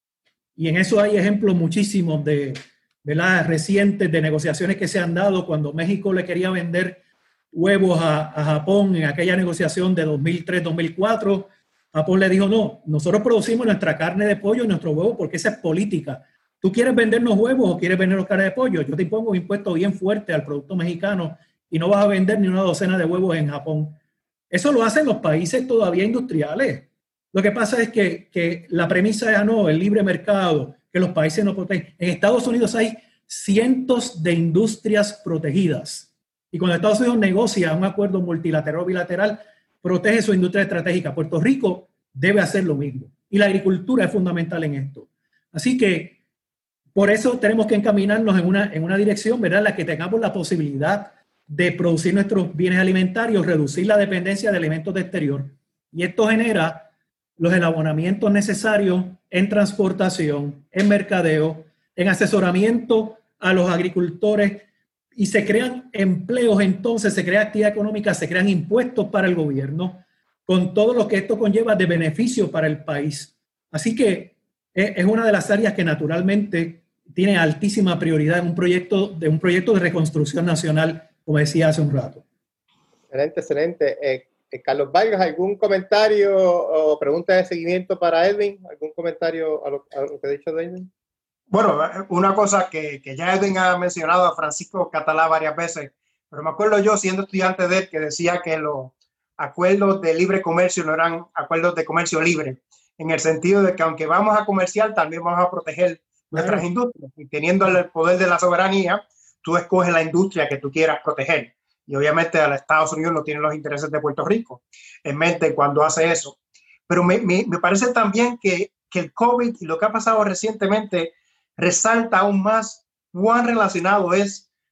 y en eso hay ejemplos muchísimos de, ¿verdad?, recientes de negociaciones que se han dado cuando México le quería vender huevos a, a Japón en aquella negociación de dos mil tres dos mil cuatro. Japón le dijo, no, nosotros producimos nuestra carne de pollo y nuestro huevo porque esa es política. ¿Tú quieres vendernos huevos o quieres vendernos carne de pollo? Yo te impongo un impuesto bien fuerte al producto mexicano y no vas a vender ni una docena de huevos en Japón. Eso lo hacen los países todavía industriales. Lo que pasa es que, que la premisa es, no, el libre mercado, que los países no protegen. En Estados Unidos hay cientos de industrias protegidas. Y cuando Estados Unidos negocia un acuerdo multilateral o bilateral, protege su industria estratégica. Puerto Rico debe hacer lo mismo. Y la agricultura es fundamental en esto. Así que por eso tenemos que encaminarnos en una, en una dirección, ¿verdad?, en la que tengamos la posibilidad de producir nuestros bienes alimentarios, reducir la dependencia de alimentos de exterior. Y esto genera los elabonamientos necesarios en transportación, en mercadeo, en asesoramiento a los agricultores, y se crean empleos, entonces se crea actividad económica, se crean impuestos para el gobierno, con todo lo que esto conlleva de beneficio para el país. Así que es una de las áreas que naturalmente tiene altísima prioridad en un proyecto de, un proyecto de reconstrucción nacional, como decía hace un rato. Excelente, excelente. Eh, eh, Carlos Vargas, ¿algún comentario o pregunta de seguimiento para Edwin? ¿Algún comentario a lo, a lo que ha dicho Edwin? Bueno, una cosa que, que ya Edwin ha mencionado a Francisco Catalá varias veces, pero me acuerdo yo siendo estudiante de él que decía que los acuerdos de libre comercio no eran acuerdos de comercio libre, en el sentido de que aunque vamos a comerciar, también vamos a proteger nuestras industrias, y teniendo el poder de la soberanía, tú escoges la industria que tú quieras proteger. Y obviamente a los Estados Unidos no tienen los intereses de Puerto Rico en mente cuando hace eso. Pero me, me, me parece también que, que el COVID y lo que ha pasado recientemente resalta aún más cuán relacionado es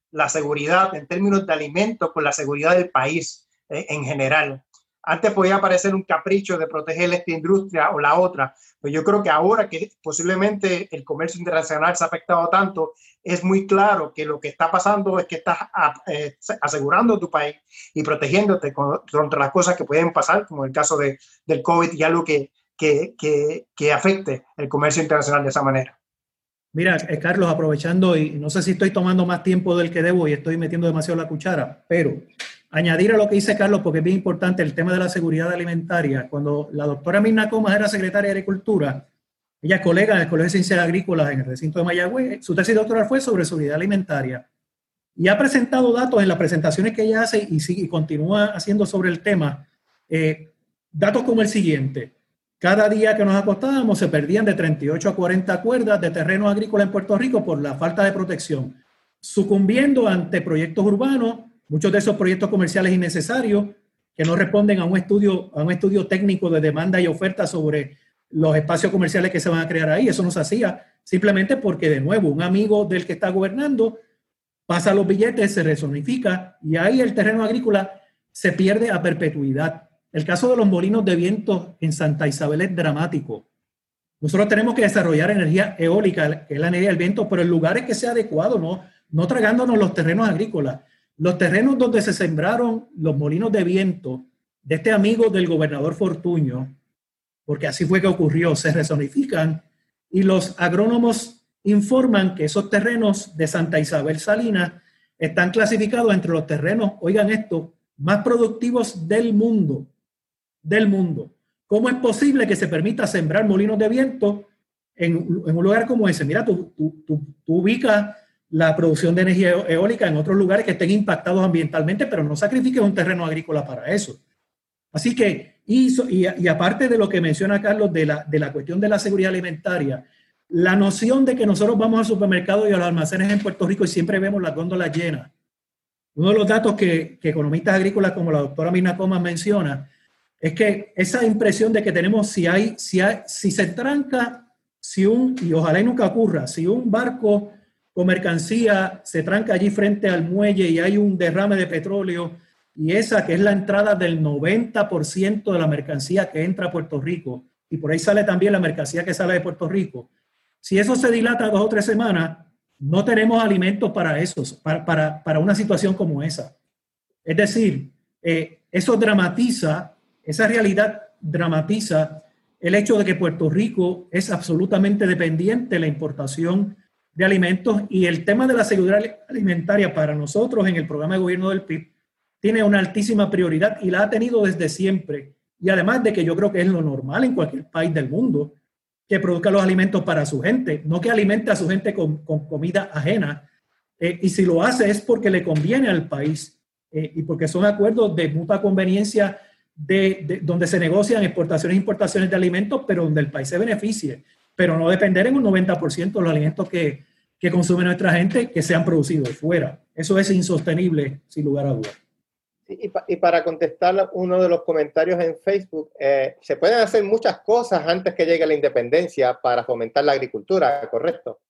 la seguridad en términos de alimentos con la seguridad del país eh, en general. Antes podía parecer un capricho de proteger esta industria o la otra, pero yo creo que ahora que posiblemente el comercio internacional se ha afectado tanto, es muy claro que lo que está pasando es que estás eh, asegurando tu país y protegiéndote contra las cosas que pueden pasar, como el caso de, del COVID y algo que, que, que, que afecte el comercio internacional de esa manera. Mira, eh, Carlos, aprovechando, y no sé si estoy tomando más tiempo del que debo y estoy metiendo demasiado la cuchara, pero añadir a lo que dice Carlos, porque es bien importante el tema de la seguridad alimentaria. Cuando la doctora Mirna Comas era secretaria de Agricultura, ella es colega del Colegio de Ciencias Agrícolas en el recinto de Mayagüez, su tesis doctoral fue sobre seguridad alimentaria y ha presentado datos en las presentaciones que ella hace y, sigue, y continúa haciendo sobre el tema, eh, datos como el siguiente. Cada día que nos acostábamos se perdían de treinta y ocho a cuarenta cuerdas de terreno agrícola en Puerto Rico por la falta de protección, sucumbiendo ante proyectos urbanos, muchos de esos proyectos comerciales innecesarios que no responden a un estudio, a un estudio técnico de demanda y oferta sobre los espacios comerciales que se van a crear ahí. Eso no se hacía simplemente porque, de nuevo, un amigo del que está gobernando pasa los billetes, se rezonifica y ahí el terreno agrícola se pierde a perpetuidad. El caso de los molinos de viento en Santa Isabel es dramático. Nosotros tenemos que desarrollar energía eólica, que es la energía del viento, pero en lugares que sea adecuado, no, no tragándonos los terrenos agrícolas. Los terrenos donde se sembraron los molinos de viento de este amigo del gobernador Fortuño, porque así fue que ocurrió, se rezonifican y los agrónomos informan que esos terrenos de Santa Isabel Salinas están clasificados entre los terrenos, oigan esto, más productivos del mundo, del mundo. ¿Cómo es posible que se permita sembrar molinos de viento en, en un lugar como ese? Mira, tú, tú, tú, tú ubicas la producción de energía eólica en otros lugares que estén impactados ambientalmente, pero no sacrifiques un terreno agrícola para eso. Así que, y, y, y aparte de lo que menciona Carlos de la, de la cuestión de la seguridad alimentaria, la noción de que nosotros vamos al supermercado y a los almacenes en Puerto Rico y siempre vemos las góndolas llenas. Uno de los datos que, que economistas agrícolas como la doctora Mirna Comas menciona es que esa impresión de que tenemos, si hay, si hay, si se tranca, si un, y ojalá y nunca ocurra, si un barco con mercancía se tranca allí frente al muelle y hay un derrame de petróleo y esa que es la entrada del noventa por ciento de la mercancía que entra a Puerto Rico y por ahí sale también la mercancía que sale de Puerto Rico, si eso se dilata dos o tres semanas, no tenemos alimentos para eso, para, para, para una situación como esa. Es decir, eh, eso dramatiza, esa realidad dramatiza el hecho de que Puerto Rico es absolutamente dependiente de la importación de alimentos y el tema de la seguridad alimentaria para nosotros en el programa de gobierno del P I B tiene una altísima prioridad y la ha tenido desde siempre. Y además de que yo creo que es lo normal en cualquier país del mundo que produzca los alimentos para su gente, no que alimente a su gente con, con comida ajena. Eh, y si lo hace es porque le conviene al país eh, y porque son acuerdos de mutua conveniencia de, de, donde se negocian exportaciones e importaciones de alimentos, pero donde el país se beneficie, pero no depender en un noventa por ciento de los alimentos que, que consume nuestra gente que sean producidos fuera. Eso es insostenible, sin lugar a dudas. Y, y para contestar uno de los comentarios en Facebook, eh, se pueden hacer muchas cosas antes que llegue la independencia para fomentar la agricultura, ¿correcto?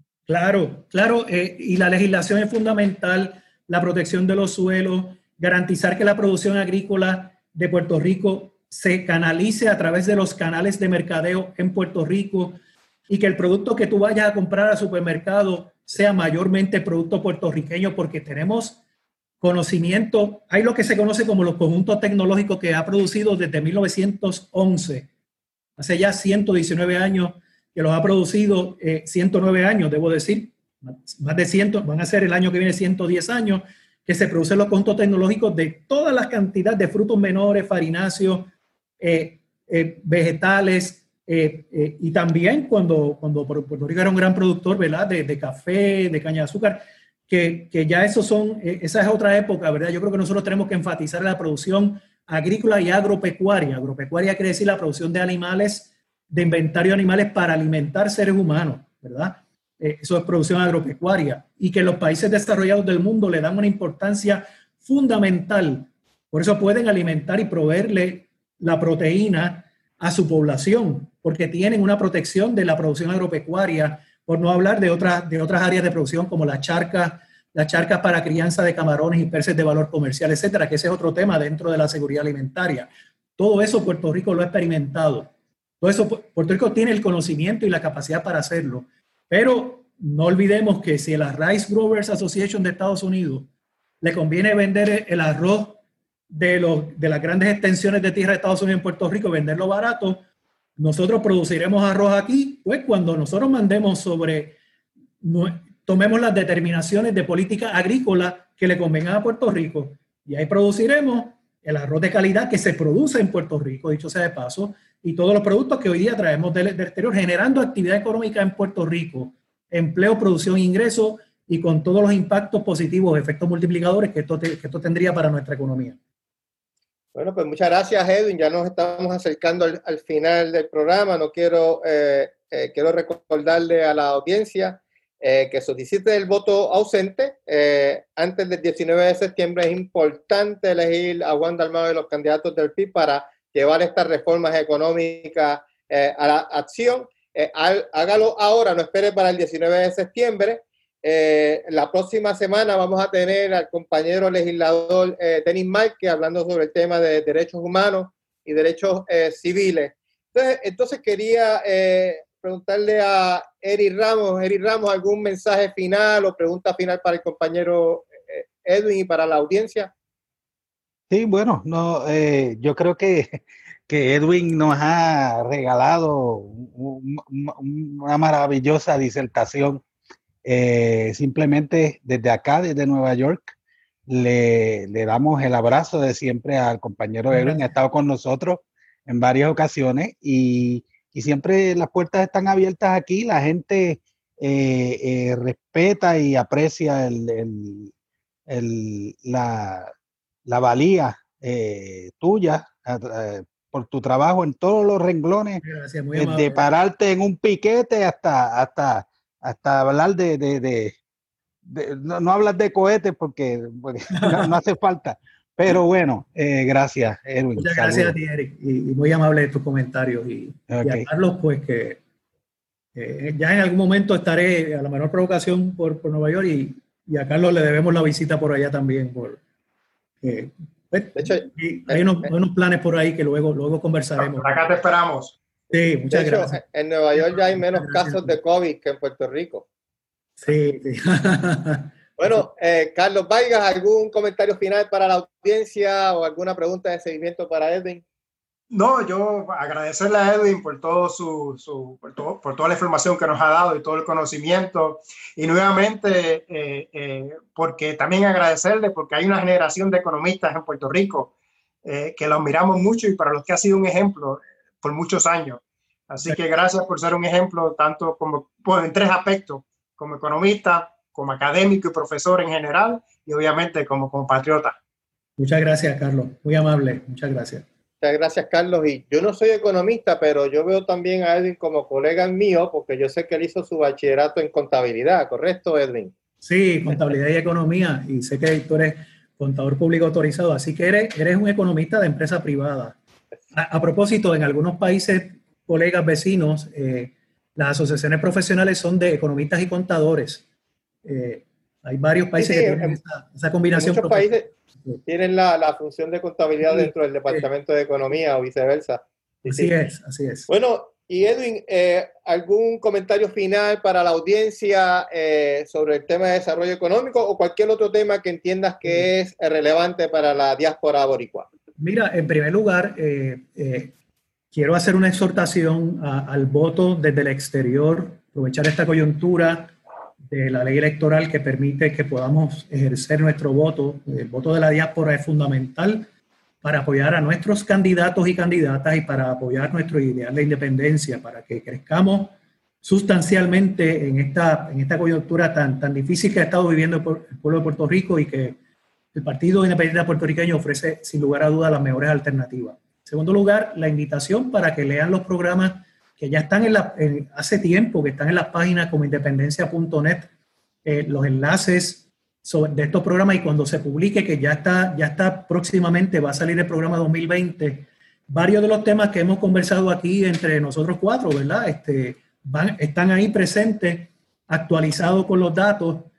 Claro, claro, eh, y la legislación es fundamental, la protección de los suelos, garantizar que la producción agrícola de Puerto Rico se canalice a través de los canales de mercadeo en Puerto Rico y que el producto que tú vayas a comprar al supermercado sea mayormente producto puertorriqueño porque tenemos conocimiento, hay lo que se conoce como los conjuntos tecnológicos que ha producido desde mil novecientos once, hace ya ciento diecinueve años que los ha producido, eh, ciento nueve años, debo decir, más de cien, van a ser el año que viene ciento diez años, que se producen los conjuntos tecnológicos de todas las cantidades de frutos menores, farináceos, eh, eh, vegetales, eh, eh, y también cuando, cuando Puerto Rico era un gran productor, ¿verdad?, de, de café, de caña de azúcar, Que, que ya eso son, esa es otra época, ¿verdad? Yo creo que nosotros tenemos que enfatizar la producción agrícola y agropecuaria. Agropecuaria quiere decir la producción de animales, de inventario de animales para alimentar seres humanos, ¿verdad? Eh, eso es producción agropecuaria. Y que los países desarrollados del mundo le dan una importancia fundamental. Por eso pueden alimentar y proveerle la proteína a su población, porque tienen una protección de la producción agropecuaria, por no hablar de otras, de otras áreas de producción como la charca, las charcas para crianza de camarones y peces de valor comercial, etcétera, que ese es otro tema dentro de la seguridad alimentaria. Todo eso Puerto Rico lo ha experimentado. Todo eso Puerto Rico tiene el conocimiento y la capacidad para hacerlo. Pero no olvidemos que si la Rice Growers Association de Estados Unidos le conviene vender el arroz de, los, de las grandes extensiones de tierra de Estados Unidos en Puerto Rico, venderlo barato, nosotros produciremos arroz aquí, pues cuando nosotros mandemos sobre, tomemos las determinaciones de política agrícola que le convengan a Puerto Rico, y ahí produciremos el arroz de calidad que se produce en Puerto Rico, dicho sea de paso, y todos los productos que hoy día traemos del, del exterior, generando actividad económica en Puerto Rico, empleo, producción, ingresos, y con todos los impactos positivos, efectos multiplicadores que esto, te, que esto tendría para nuestra economía. Bueno, pues muchas gracias, Edwin. Ya nos estamos acercando al, al final del programa. No quiero, eh, eh, quiero recordarle a la audiencia eh, que solicite el voto ausente. Eh, antes del diecinueve de septiembre es importante elegir a Juan Dalmau y los candidatos del P I B para llevar estas reformas económicas eh, a la acción. Eh, hágalo ahora, no espere para el diecinueve de septiembre. Eh, la próxima semana vamos a tener al compañero legislador eh, Denis Márquez hablando sobre el tema de derechos humanos y derechos eh, civiles. Entonces, entonces quería eh, preguntarle a Eric Ramos, Eric Ramos, ¿algún mensaje final o pregunta final para el compañero eh, Edwin y para la audiencia? Sí, bueno, no, eh, yo creo que, que Edwin nos ha regalado un, un, una maravillosa disertación. Eh, simplemente desde acá, desde Nueva York, le, le damos el abrazo de siempre al compañero Edwin. Ha estado con nosotros en varias ocasiones y, y siempre las puertas están abiertas aquí. La gente eh, eh, respeta y aprecia el, el, el, la, la valía eh, tuya eh, por tu trabajo en todos los renglones. Gracias, muy amable. De pararte en un piquete hasta... hasta hasta hablar de, de, de, de no, no hablas de cohetes porque, porque no, no hace falta, pero bueno, eh, gracias, Edwin. Muchas saludos. Gracias a ti, Eric, y, y muy amable de tus comentarios, y, okay. y a Carlos, pues que eh, ya en algún momento estaré a la menor provocación por, por Nueva York, y, y a Carlos le debemos la visita por allá también, por, eh, pues, de hecho, y hay unos, eh, unos planes por ahí que luego, luego conversaremos. Acá te esperamos. Sí, muchas de hecho, gracias. En Nueva York ya hay menos casos de COVID que en Puerto Rico. Sí, sí. Bueno, eh, Carlos Vargas, ¿algún comentario final para la audiencia o alguna pregunta de seguimiento para Edwin? No, yo agradecerle a Edwin por, todo su, su, por, todo, por toda la información que nos ha dado y todo el conocimiento. Y nuevamente, eh, eh, porque también agradecerle porque hay una generación de economistas en Puerto Rico eh, que los miramos mucho y para los que ha sido un ejemplo por muchos años. Así que gracias por ser un ejemplo tanto como pues, en tres aspectos, como economista, como académico y profesor en general y obviamente como compatriota. Muchas gracias, Carlos. Muy amable. Muchas gracias. Muchas gracias, Carlos. Y yo no soy economista, pero yo veo también a Edwin como colega mío porque yo sé que él hizo su bachillerato en contabilidad, ¿correcto, Edwin? Sí, contabilidad y economía, y sé que tú eres contador público autorizado, así que eres, eres un economista de empresa privada. A, a propósito, en algunos países, colegas vecinos, eh, las asociaciones profesionales son de economistas y contadores. Eh, hay varios países sí, sí, que tienen en, esa, esa combinación. Muchos países tienen la, la función de contabilidad sí, dentro del Departamento sí. de Economía o viceversa. Sí, así sí. es, así es. Bueno, y Edwin, eh, ¿algún comentario final para la audiencia eh, sobre el tema de desarrollo económico o cualquier otro tema que entiendas que es relevante para la diáspora boricua? Mira, en primer lugar, eh, eh, quiero hacer una exhortación a, al voto desde el exterior, aprovechar esta coyuntura de la ley electoral que permite que podamos ejercer nuestro voto. El voto de la diáspora es fundamental para apoyar a nuestros candidatos y candidatas y para apoyar nuestro ideal de independencia, para que crezcamos sustancialmente en esta, en esta coyuntura tan, tan difícil que ha estado viviendo el pueblo de Puerto Rico y que el Partido Independiente Puertorriqueño ofrece sin lugar a dudas las mejores alternativas. En segundo lugar, la invitación para que lean los programas que ya están en la, en, hace tiempo, que están en las páginas como independencia punto net, eh, los enlaces sobre, de estos programas, y cuando se publique, que ya está, ya está próximamente, va a salir el programa dos mil veinte, varios de los temas que hemos conversado aquí entre nosotros cuatro, ¿verdad? Este, van, están ahí presentes, actualizados con los datos,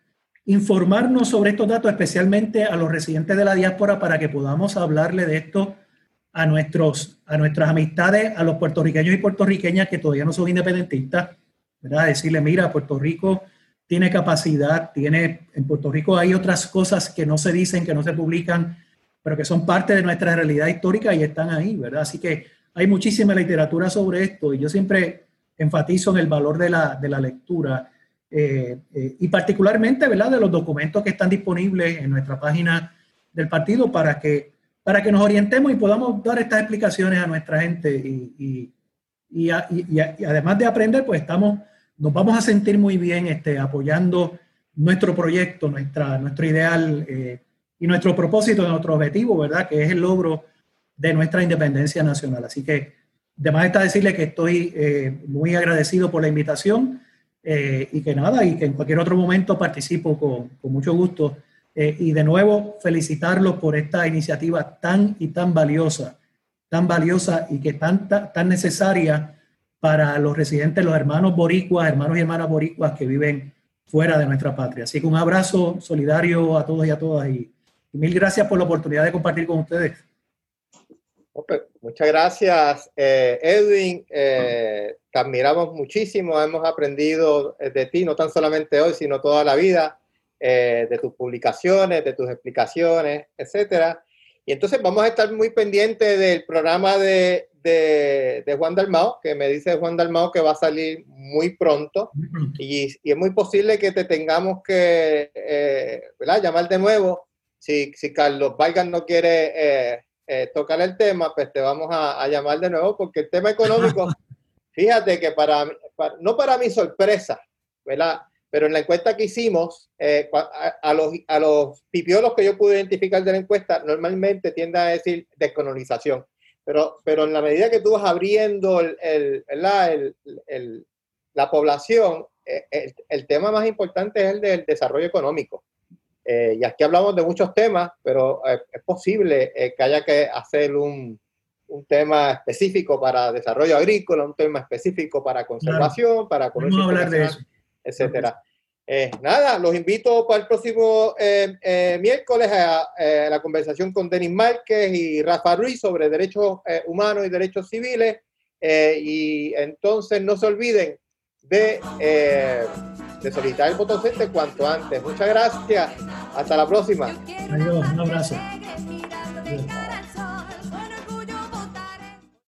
informarnos sobre estos datos, especialmente a los residentes de la diáspora, para que podamos hablarle de esto a, nuestros, a nuestras amistades, a los puertorriqueños y puertorriqueñas que todavía no son independentistas, ¿verdad? Decirle, mira, Puerto Rico tiene capacidad, tiene, en Puerto Rico hay otras cosas que no se dicen, que no se publican, pero que son parte de nuestra realidad histórica y están ahí, ¿verdad? Así que hay muchísima literatura sobre esto y yo siempre enfatizo en el valor de la, de la lectura eh, eh, y particularmente, ¿verdad?, de los documentos que están disponibles en nuestra página del partido para que, para que nos orientemos y podamos dar estas explicaciones a nuestra gente y, y, y, a, y, a, y además de aprender, pues estamos, nos vamos a sentir muy bien este, apoyando nuestro proyecto, nuestra, nuestro ideal eh, y nuestro propósito, nuestro objetivo, ¿verdad?, que es el logro de nuestra independencia nacional. Así que, además está decirle que estoy eh, muy agradecido por la invitación eh, y que nada, y que en cualquier otro momento participo con, con mucho gusto. Eh, y de nuevo, felicitarlos por esta iniciativa tan y tan valiosa, tan valiosa y que tan, tan, tan necesaria para los residentes, los hermanos boricuas, hermanos y hermanas boricuas que viven fuera de nuestra patria. Así que un abrazo solidario a todos y a todas y, y mil gracias por la oportunidad de compartir con ustedes. Okay. Muchas gracias, eh, Edwin. Eh, te admiramos muchísimo. Hemos aprendido de ti, no tan solamente hoy, sino toda la vida, eh, de tus publicaciones, de tus explicaciones, etcétera. Y entonces vamos a estar muy pendientes del programa de, de, de Juan Dalmau, que me dice Juan Dalmau que va a salir muy pronto. Y, y es muy posible que te tengamos que eh, ¿verdad?, llamar de nuevo. Si, si Carlos Vargas no quiere... Eh, Eh, tocar el tema, pues te vamos a, a llamar de nuevo, porque el tema económico, fíjate que para, para no para mi sorpresa, ¿verdad? Pero en la encuesta que hicimos, eh, a, a, los, a los pipiolos que yo pude identificar de la encuesta, normalmente tienden a decir descolonización, pero, pero en la medida que tú vas abriendo el, el, el, el, la población, eh, el, el tema más importante es el del desarrollo económico. Eh, y aquí hablamos de muchos temas, pero eh, es posible eh, que haya que hacer un, un tema específico para desarrollo agrícola, un tema específico para conservación, claro, para comercio internacional, etcétera. Eh, nada, los invito para el próximo eh, eh, miércoles a, a la conversación con Denis Márquez y Rafa Ruiz sobre derechos eh, humanos y derechos civiles. Eh, y entonces no se olviden de... Eh, de solicitar el botón frente cuanto antes. Muchas gracias. Hasta la próxima. Adiós. Un abrazo. Adiós.